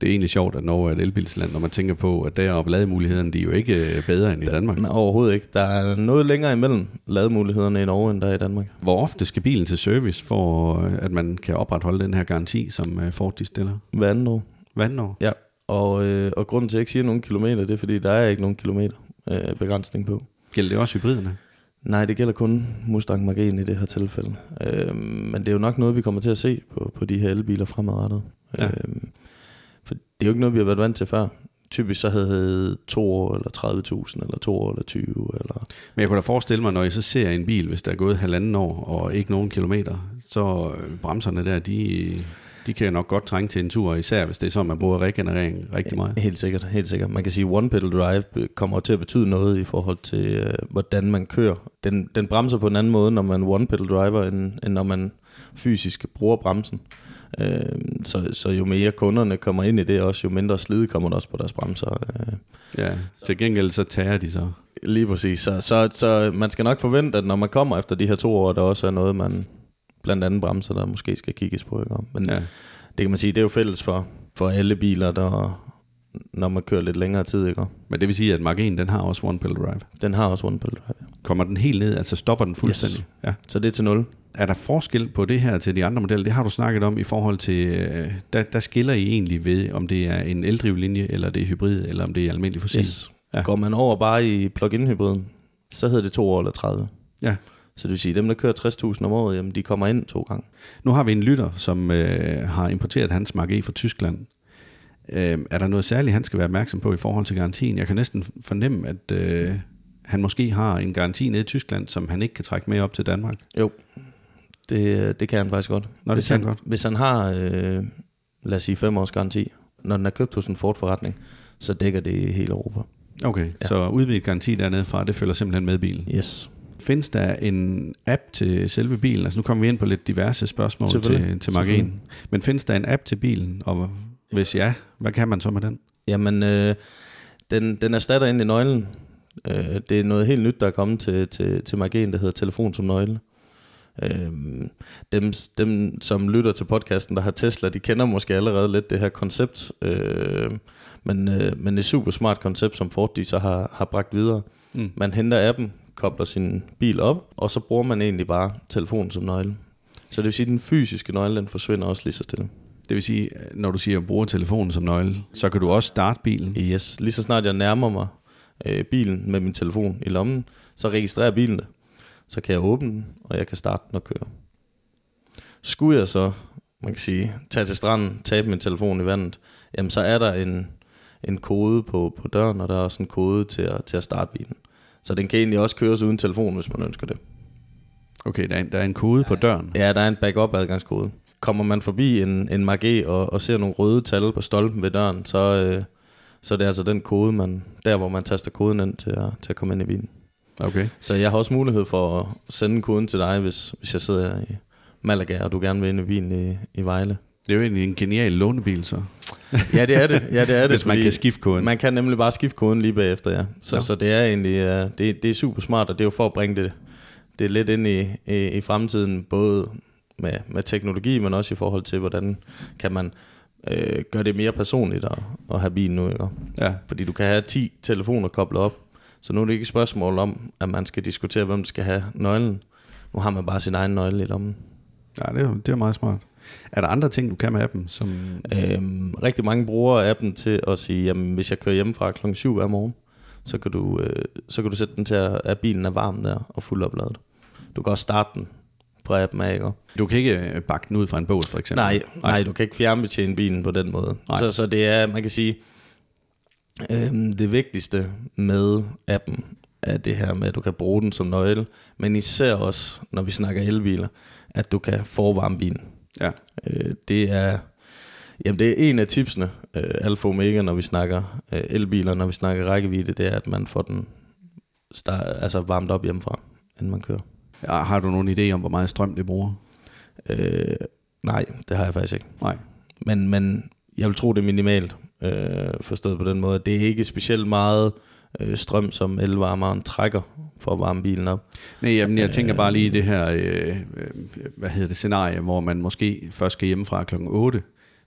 Det er egentlig sjovt, at Norge er et elbilsland, når man tænker på, at deroppe lademulighederne, de er jo ikke bedre end i Danmark. Der, overhovedet ikke. Der er noget længere imellem lademulighederne i Norge, end der er i Danmark. Hvor ofte skal bilen til service, for at man kan opretholde den her garanti, som Ford de stiller? Hver anden år. Hver anden år? Ja, og, øh, og grunden til, at jeg ikke siger nogen kilometer, det er, fordi der er ikke nogen kilometer øh, begrænsning på. Gælder det også hybriderne? Nej, det gælder kun Mustang Mach-E i det her tilfælde. Øh, men det er jo nok noget, vi kommer til at se på, på de her elbiler fremadrettet. Ja. Øh, for det er jo ikke noget, vi har været vant til før. Typisk så havde det to år, eller tredive tusind, eller to år, eller tyve. Eller... Men jeg kunne da forestille mig, når jeg så ser en bil, hvis der er gået halvanden år, og ikke nogen kilometer, så bremserne der, de... De kan jo nok godt trænge til en tur, især hvis det er sådan, man bruger regenerering rigtig meget. Helt sikkert, helt sikkert. Man kan sige, at One Pedal Drive kommer til at betyde noget i forhold til, øh, hvordan man kører. Den, den bremser på en anden måde, når man One Pedal Driver, end, end når man fysisk bruger bremsen. Øh, så, så jo mere kunderne kommer ind i det også, jo mindre slid kommer der også på deres bremser. Øh. Ja, til gengæld så tager de så. Lige præcis. Så, så, så man skal nok forvente, at når man kommer efter de her to år, der også er noget, man... blandt andet bremser, der måske skal kigges på. Ikke? Men ja. Det kan man sige, det er jo fælles for, for alle biler, der, når man kører lidt længere tid. Ikke? Men det vil sige, at Mach-E'en, den har også One Pedal Drive? Den har også One Pedal Drive, ja. Kommer den helt ned, altså stopper den fuldstændig? Yes. Ja. Så det er til nul. Er der forskel på det her til de andre modeller? Det har du snakket om i forhold til, der, der skiller I egentlig ved, om det er en eldrivlinje, eller det er hybrid, eller om det er almindelig fossil? Yes. Ja. Går man over bare i plug-in hybriden, så hedder det to år eller tredive. Ja. Så det vil sige, at dem, der kører tres tusind om året, jamen, de kommer ind to gange. Nu har vi en lytter, som øh, har importeret hans Mach-E fra Tyskland. Øh, er der noget særligt, han skal være opmærksom på i forhold til garantien? Jeg kan næsten fornemme, at øh, han måske har en garanti nede i Tyskland, som han ikke kan trække med op til Danmark. Jo, det, det kan han faktisk godt. Nå, det hvis, kan han, godt. Hvis han har, øh, lad os sige, fem års garanti, når den er købt hos en Ford-forretning, så dækker det i hele Europa. Okay, ja. Så udvidet garanti dernede fra, det følger simpelthen med bilen? Yes. Findes der en app til selve bilen? Altså nu kommer vi ind på lidt diverse spørgsmål til, til Mach-E'en. Men findes der en app til bilen? Og hvis ja, hvad kan man så med den? Jamen, øh, den, den erstatter egentlig nøglen. Øh, det er noget helt nyt, der er kommet til, til, til Mach-E'en, der hedder telefon som nøgle. Øh, dem, dem, som lytter til podcasten, der har Tesla, de kender måske allerede lidt det her koncept. Øh, men, øh, men det er et super smart koncept, som Ford de så har, har bragt videre. Mm. Man henter appen, kobler sin bil op, og så bruger man egentlig bare telefonen som nøgle. Så det vil sige, at den fysiske nøgle, den forsvinder også lige så stille. Det vil sige, når du siger, at bruger telefonen som nøgle, så kan du også starte bilen? Yes. Lige så snart jeg nærmer mig øh, bilen med min telefon i lommen, så registrerer bilen det. Så kan jeg åbne den, og jeg kan starte den og køre. Skulle jeg så, man kan sige, tage til stranden, tabe min telefon i vandet, jamen så er der en, en kode på, på døren, og der er også en kode til at, til at starte bilen. Så den kan egentlig også køres uden telefon, hvis man ønsker det. Okay, der er en, der er en kode på døren? Ja, der er en backup adgangskode. Kommer man forbi en, en Mach-E og, og ser nogle røde tal på stolpen ved døren, så, øh, så er det altså den kode, man, der hvor man taster koden ind til at, til at komme ind i bilen. Okay. Så jeg har også mulighed for at sende koden til dig, hvis, hvis jeg sidder i Malaga, og du gerne vil ind i bilen i, i Vejle. Det er jo egentlig en genial lånebil, så. Ja, det er det. Ja, det er det. Hvis man kan skifte koden. Man kan nemlig bare skifte koden lige bagefter, ja. Så, så det er egentlig uh, det, det er super smart, og det er jo for at bringe det, det lidt ind i, i, i fremtiden, både med, med teknologi, men også i forhold til, hvordan kan man øh, gøre det mere personligt at, at have bilen nu, ikke? Ja. Fordi du kan have ti telefoner koblet op, så nu er det ikke et spørgsmål om, at man skal diskutere, hvem skal have nøglen. Nu har man bare sin egen nøgle i lommen. Ja, det er, det er meget smart. Er der andre ting, du kan med appen? Som... Øhm, rigtig mange bruger appen til at sige, jamen hvis jeg kører hjemmefra klokken syv hver morgen, så kan du, øh, så kan du sætte den til, at, at bilen er varm der og fuldt opladet. Du kan også starte den fra appen af, ikke? Du kan ikke bakke den ud fra en bås, for eksempel? Nej, nej. nej du kan ikke fjernbetjene bilen på den måde. Så, så det er, man kan sige, øhm, det vigtigste med appen er det her med, at du kan bruge den som nøgle, men især også, når vi snakker elbiler, at du kan forvarme bilen. Ja. Øh, det er jamen det er en af tipsene, øh, alfa og omega, når vi snakker øh, elbiler, når vi snakker rækkevidde, det er, at man får den start, altså varmt op hjemmefra, inden man kører. Ja, har du nogen idé om, hvor meget strøm det bruger? Øh, nej, det har jeg faktisk ikke. Nej. Men, men jeg vil tro, det er minimalt, øh, forstået på den måde. Det er ikke specielt meget øh, strøm, som elvarmeren trækker for at varme bilen op. Nej, jamen, jeg tænker bare lige det her, øh, hvad hedder det, scenarie, hvor man måske først skal hjemmefra klokken otte,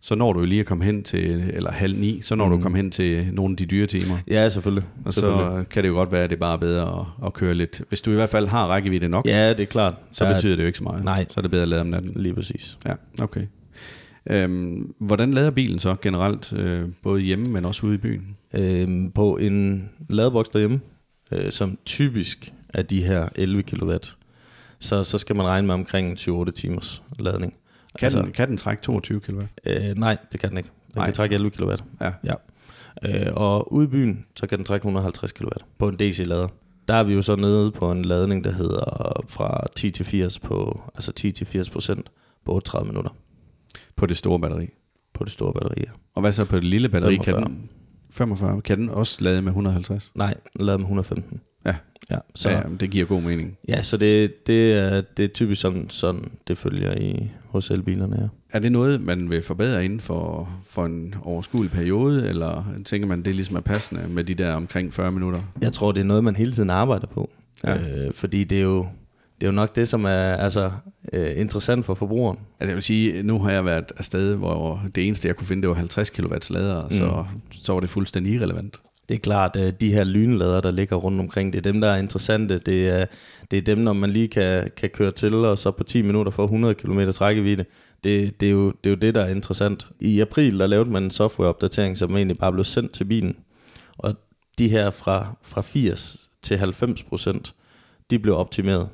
så når du jo lige at komme hen til, eller halv ni, så når mm. du kommer hen til nogle af de dyre timer. Ja, selvfølgelig. Og selvfølgelig. så kan det jo godt være, at det er bare bedre at, at køre lidt. Hvis du i hvert fald har rækkevidde nok, ja, det er klart. så der betyder er... det jo ikke så meget. Nej. Så er det bedre at lade om natten. Lige præcis. Ja, okay. Øhm, hvordan lader bilen så generelt, øh, både hjemme, men også ude i byen? Øhm, på en ladeboks derhjemme, øh, som typisk er de her elleve kilowatt, så, så skal man regne med omkring syv otte timers ladning. Kan, altså, den, kan den trække toogtyve kilowatt? Øh, nej, det kan den ikke. Den nej. kan trække elleve kilowatt. Ja. Ja. Øh, og ude i byen, så kan den trække et hundrede og halvtreds kilowatt på en D C-lader. Der er vi jo så nede på en ladning, der hedder fra ti til firs på, altså ti til firs procent på otteogtredive minutter. På det store batteri? På det store batteri, ja. Og hvad så på det lille batteri? femogfyrre. Kan den, femogfyrre. Kan den også lade med et hundrede og halvtreds? Nej, den lader med et hundrede og femten. Ja. Ja, så, ja, det giver god mening. Ja, så det, det, er, det er typisk sådan, sådan det følger i, hos elbilerne her. Er det noget, man vil forbedre inden for, for en overskuelig periode, eller tænker man, det ligesom er passende med de der omkring fyrre minutter? Jeg tror, det er noget, man hele tiden arbejder på. Ja. Øh, fordi det er, jo, det er jo nok det, som er altså, øh, interessant for forbrugeren. Altså jeg vil sige, nu har jeg været afsted, hvor det eneste, jeg kunne finde, det var halvtreds kilowatt lader, mm. så, så var det fuldstændig irrelevant. Det er klart, at de her lynlader, der ligger rundt omkring, det er dem, der er interessante. Det er, det er dem, når man lige kan, kan køre til, og så på ti minutter får hundrede kilometer rækkevidde. Det, det, er jo, det er jo det, der er interessant. I april, der lavede man en softwareopdatering, som egentlig bare blev sendt til bilen. Og de her fra, fra firs til halvfems procent, de blev optimeret.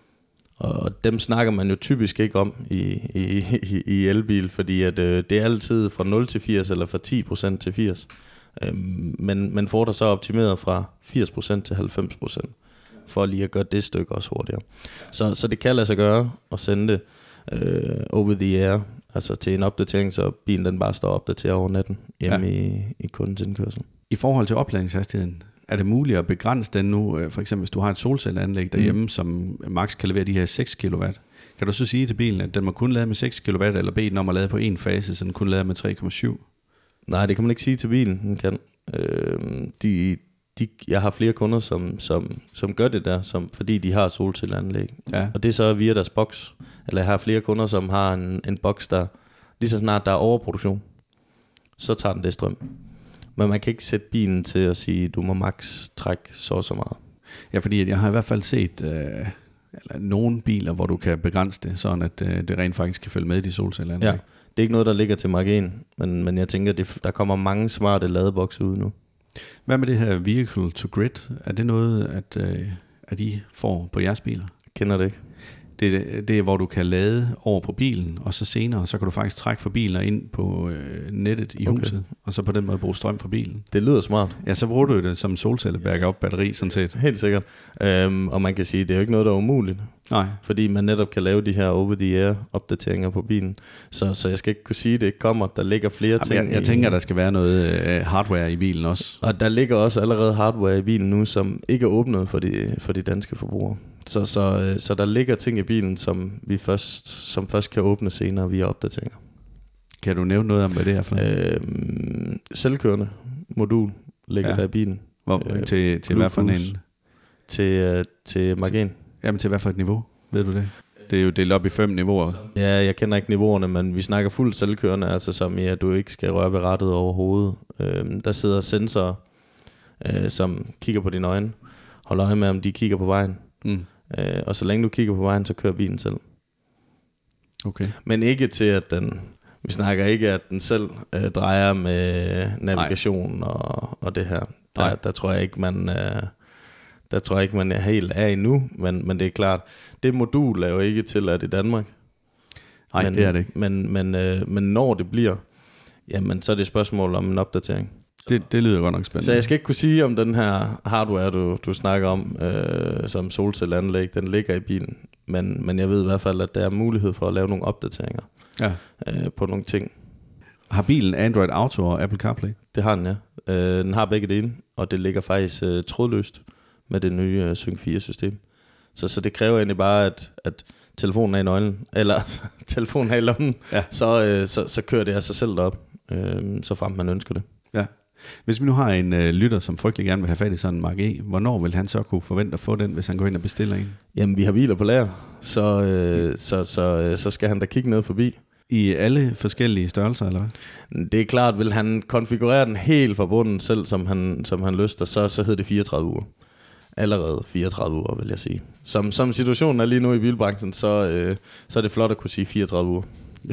Og dem snakker man jo typisk ikke om i, i, i, i elbil, fordi at, øh, det er altid fra nul til firs, eller fra ti procent til firs. Øhm, men man får der så optimeret fra firs procent til halvfems procent, for lige at gøre det stykke også hurtigere. Så, så det kan lade sig gøre at sende det øh, over the air, altså til en opdatering, så bilen den bare står opdateret over natten hjemme ja. i, i kundens indkørsel. I forhold til opladningshastigheden, er det muligt at begrænse den nu? For eksempel hvis du har et solcelleanlæg derhjemme, mm. som max kan levere de her seks kilowatt. Kan du så sige til bilen, at den må kun lade med seks kilowatt, eller bede den om at lade på en fase, så den kun lader med tre komma syv? Nej, det kan man ikke sige til bilen, den kan. Øh, de, de, jeg har flere kunder, som, som, som gør det der, som, fordi de har solcelleanlæg. Ja. Og det er så via deres boks. Eller jeg har flere kunder, som har en, en boks, der lige så snart der er overproduktion, så tager den det strøm. Men man kan ikke sætte bilen til at sige, du må max trække så og så meget. Ja, fordi jeg har i hvert fald set øh, eller nogle biler, hvor du kan begrænse det, sådan at øh, det rent faktisk kan følge med i de solcelleanlæg. Ja. Det er ikke noget, der ligger til margen, men, men jeg tænker, det, der kommer mange smarte ladebokse ud nu. Hvad med det her vehicle to grid? Er det noget, at, øh, at I får på jeres biler? Kender det ikke. Det, det er, hvor du kan lade over på bilen, og så senere, så kan du faktisk trække fra bilen og ind på øh, nettet i okay. huset, og så på den måde bruge strøm fra bilen. Det lyder smart. Ja, så bruger du det som solcelle-backup batteri, sådan set. Helt sikkert. Øhm, og man kan sige, det er jo ikke noget, der er umuligt. Nej. Fordi man netop kan lave de her over-the-air opdateringer på bilen. Så, så jeg skal ikke kunne sige, at det ikke kommer. Der ligger flere Jamen, ting. Jeg, jeg tænker, der skal være noget øh, hardware i bilen også. Og der ligger også allerede hardware i bilen nu, som ikke er åbnet for de, for de danske forbrugere. Så, så, så der ligger ting i bilen, som vi først, som først kan åbne senere via opdateringer. Kan du nævne noget om, hvad det er for noget? Øhm, selvkørende modul ligger ja. der i bilen. Hvor, øh, til til hvad for en? Til, uh, til margen. Jamen til hvad for et niveau? Ved du det? Det er jo delt op i fem niveauer. Ja, jeg kender ikke niveauerne, men vi snakker fuldt selvkørende, altså som i, at du ikke skal røre ved rattet overhovedet. Øhm, der sidder sensorer, øh, som kigger på dine øjne, holder øje med, om de kigger på vejen. Mm. Øh, og så længe du kigger på vejen, så kører bilen selv. Okay. Men ikke til, at den... Vi snakker ikke, at den selv øh, drejer med navigation og, og det her. Der, der tror jeg ikke, man... Øh, Der tror jeg ikke, man er helt af endnu, men, men det er klart, det modul er jo ikke tilladt i Danmark. Nej, men, det er det ikke. Men, men, øh, men når det bliver, jamen, så er det et spørgsmål om en opdatering. Det, det lyder godt nok spændende. Så jeg skal ikke kunne sige, om den her hardware, du, du snakker om, øh, som solcelleanlæg, den ligger i bilen. Men, men jeg ved i hvert fald, at der er mulighed for at lave nogle opdateringer ja. øh, på nogle ting. Har bilen Android Auto og Apple CarPlay? Det har den, ja. Øh, den har begge dele, og det ligger faktisk øh, trådløst med det nye uh, Sync fire system. Så, så det kræver egentlig bare, at, at telefonen er i nøglen, eller telefonen er i lommen, ja. så, uh, så, så kører det af sig selv derop, uh, så frem man ønsker det. Ja. Hvis vi nu har en uh, lytter, som frygtelig gerne vil have fat i sådan en Mark E, hvornår vil han så kunne forvente at få den, hvis han går ind og bestiller en? Jamen, vi har biler på lager, så, uh, så, så, uh, så skal han da kigge ned forbi. I alle forskellige størrelser, eller hvad? Det er klart, vil han konfigurere den helt fra bunden selv, som han, som han lyster, så, så hedder det fireogtredive uger. Allerede fireogtredive uger, vil jeg sige. Som, som situationen er lige nu i bilbranchen, så, øh, så er det flot at kunne sige fireogtredive uger.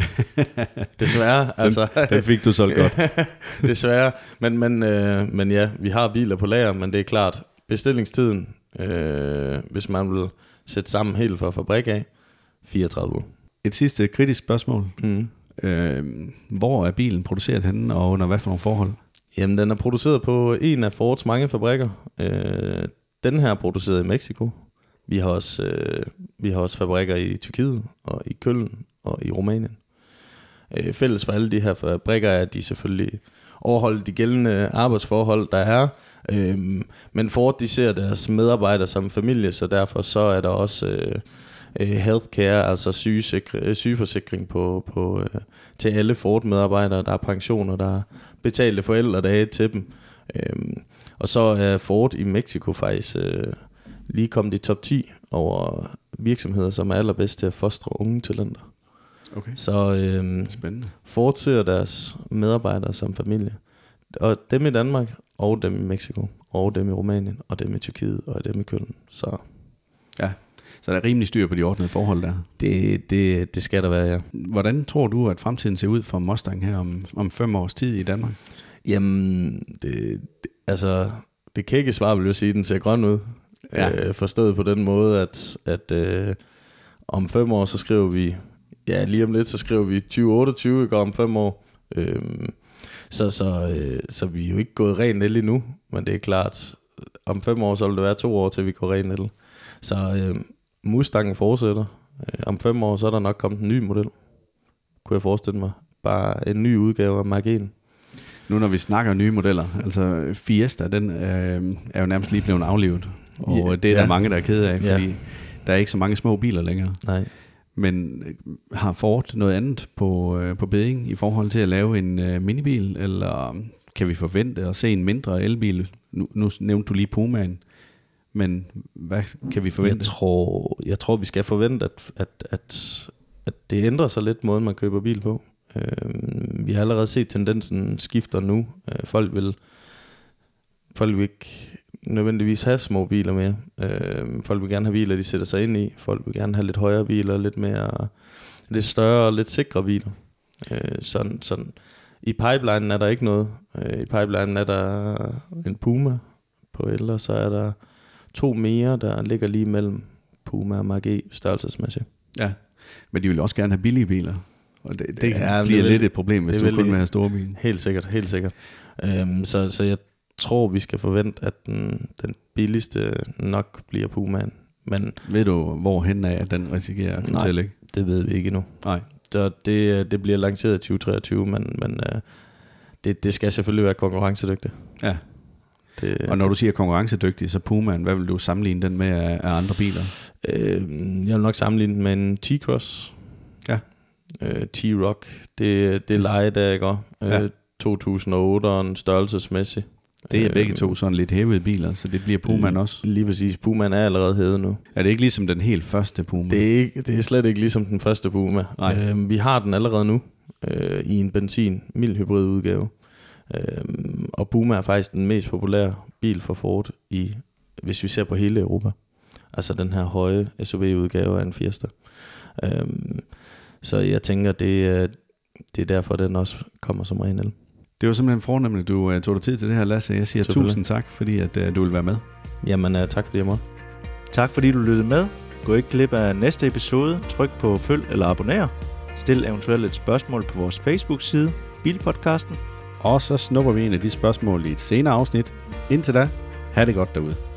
Desværre. Den, altså. den fik du solgt godt. Desværre. Men, men, øh, men ja, vi har biler på lager, men det er klart, bestillingstiden, øh, hvis man vil sætte sammen helt fra fabrik af, fireogtredive uger. Et sidste kritisk spørgsmål. Mm. Øh, hvor er bilen produceret henne, og under hvad for nogle forhold? Jamen, den er produceret på en af Fords mange fabrikker. Øh, den her er produceret i Mexico. Vi har også, øh, vi har også fabrikker i Tyrkiet, og i Køln, og i Rumænien. Øh, fælles for alle de her fabrikker er, at de selvfølgelig overholder de gældende arbejdsforhold, der er. Øh, men Ford, de ser deres medarbejdere som familie, så derfor så er der også øh, healthcare, altså sygesikring, sygeforsikring på, på, øh, til alle Ford-medarbejdere. Der er pensioner, der er betalte forældredage til dem. Øh, og så er Ford i Mexico faktisk øh, lige kommet i top ti over virksomheder, som er allerbedst til at fostre unge talenter. Okay. Så øhm, spændende. Ford ser deres medarbejdere som familie. Og dem i Danmark, og dem i Mexico, og dem i Rumænien, og dem i Tyrkiet, og dem i Køln. Så ja, så der er rimelig styr på de ordnede forhold der. det, det, det skal der være, ja. Hvordan tror du, at fremtiden ser ud for Mustang her om, om fem års tid i Danmark? Jamen, det, det, altså, det kække svar vil jeg sige, den ser grøn ud. Ja. Øh, forstået på den måde, at, at øh, om fem år, så skriver vi, ja, lige om lidt, så skriver vi tyve otteogtyve, går om fem år. Øhm, så, så, øh, så vi er jo ikke gået ren el endnu, men det er klart, om fem år, så vil det være to år, til vi går ren el. Så øh, Mustangen fortsætter. Øh, om fem år, så er der nok kommet en ny model, kunne jeg forestille mig. Bare en ny udgave af Mark en. Nu når vi snakker nye modeller, altså Fiesta, den øh, er jo nærmest lige blevet aflivet. Og ja, det er der ja. mange, der er kede af, fordi Ja. der er ikke så mange små biler længere. Nej. Men har Ford noget andet på, øh, på bedding i forhold til at lave en øh, minibil, eller kan vi forvente at se en mindre elbil? Nu, nu nævnte du lige Pumaen, men hvad kan vi forvente? Jeg tror, jeg tror vi skal forvente, at, at, at, at det ændrer sig lidt, måden man køber bil på. Øh, vi har allerede set tendensen skifter nu. Øh, folk vil folk vil ikke nødvendigvis have små biler mere. Øh, folk vil gerne have biler, de sætter sig ind i. Folk vil gerne have lidt højere biler, lidt mere, lidt større og lidt sikre biler. Øh, sådan, sådan. I pipelinen er der ikke noget. Øh, I pipelinen er der en Puma på el, og så er der to mere, der ligger lige mellem Puma og Mark E størrelsesmæssigt. Ja, men de vil også gerne have billige biler. Og det, det Ja, bliver det lidt vil, et problem, hvis du vil, kun vil have store biler. Helt sikkert, helt sikkert. Øhm, så, så jeg tror, vi skal forvente, at den, den billigste nok bliver Pumaen. Men ved du, hvor hen af, at den risikerer at komme til at ligge? Det ved vi ikke endnu. Nej. Så det, det bliver lanceret i tyve treogtyve, men, men øh, det, det skal selvfølgelig være konkurrencedygtigt. Ja. Det, og når du siger konkurrencedygtig, så Pumaen, hvad vil du sammenligne den med af, af andre biler? Øh, jeg vil nok sammenligne den med en T-Cross. Ja. Øh, T-Rock. Det, det er leje der, ikke? Ja. Øh, to tusind og otte og en størrelsesmæssig. Det er øh, begge to sådan lidt hævede biler, så det bliver Pumaen også. Lige præcis. Pumaen er allerede hævet nu. Er det ikke ligesom den helt første Puma? Det er, ikke, det er slet ikke ligesom den første Puma. Øh, vi har den allerede nu øh, i en benzin, mild hybrid udgave. Øh, og Puma er faktisk den mest populære bil for Ford, i, hvis vi ser på hele Europa. Altså den her høje S U V-udgave af en Fiesta. Øh, så jeg tænker, det, det er derfor, den også kommer som ren el. Det var simpelthen fornemt, at du uh, tog dig tid til det her, Lasse. Jeg siger tusind tak, fordi at, uh, du vil være med. Jamen, uh, tak fordi jeg måtte. Tak fordi du lyttede med. Gå ikke glip af næste episode. Tryk på følg eller abonner. Stil eventuelt et spørgsmål på vores Facebook-side, Bilpodcasten. Og så snupper vi en af de spørgsmål i et senere afsnit. Indtil da, ha' det godt derude.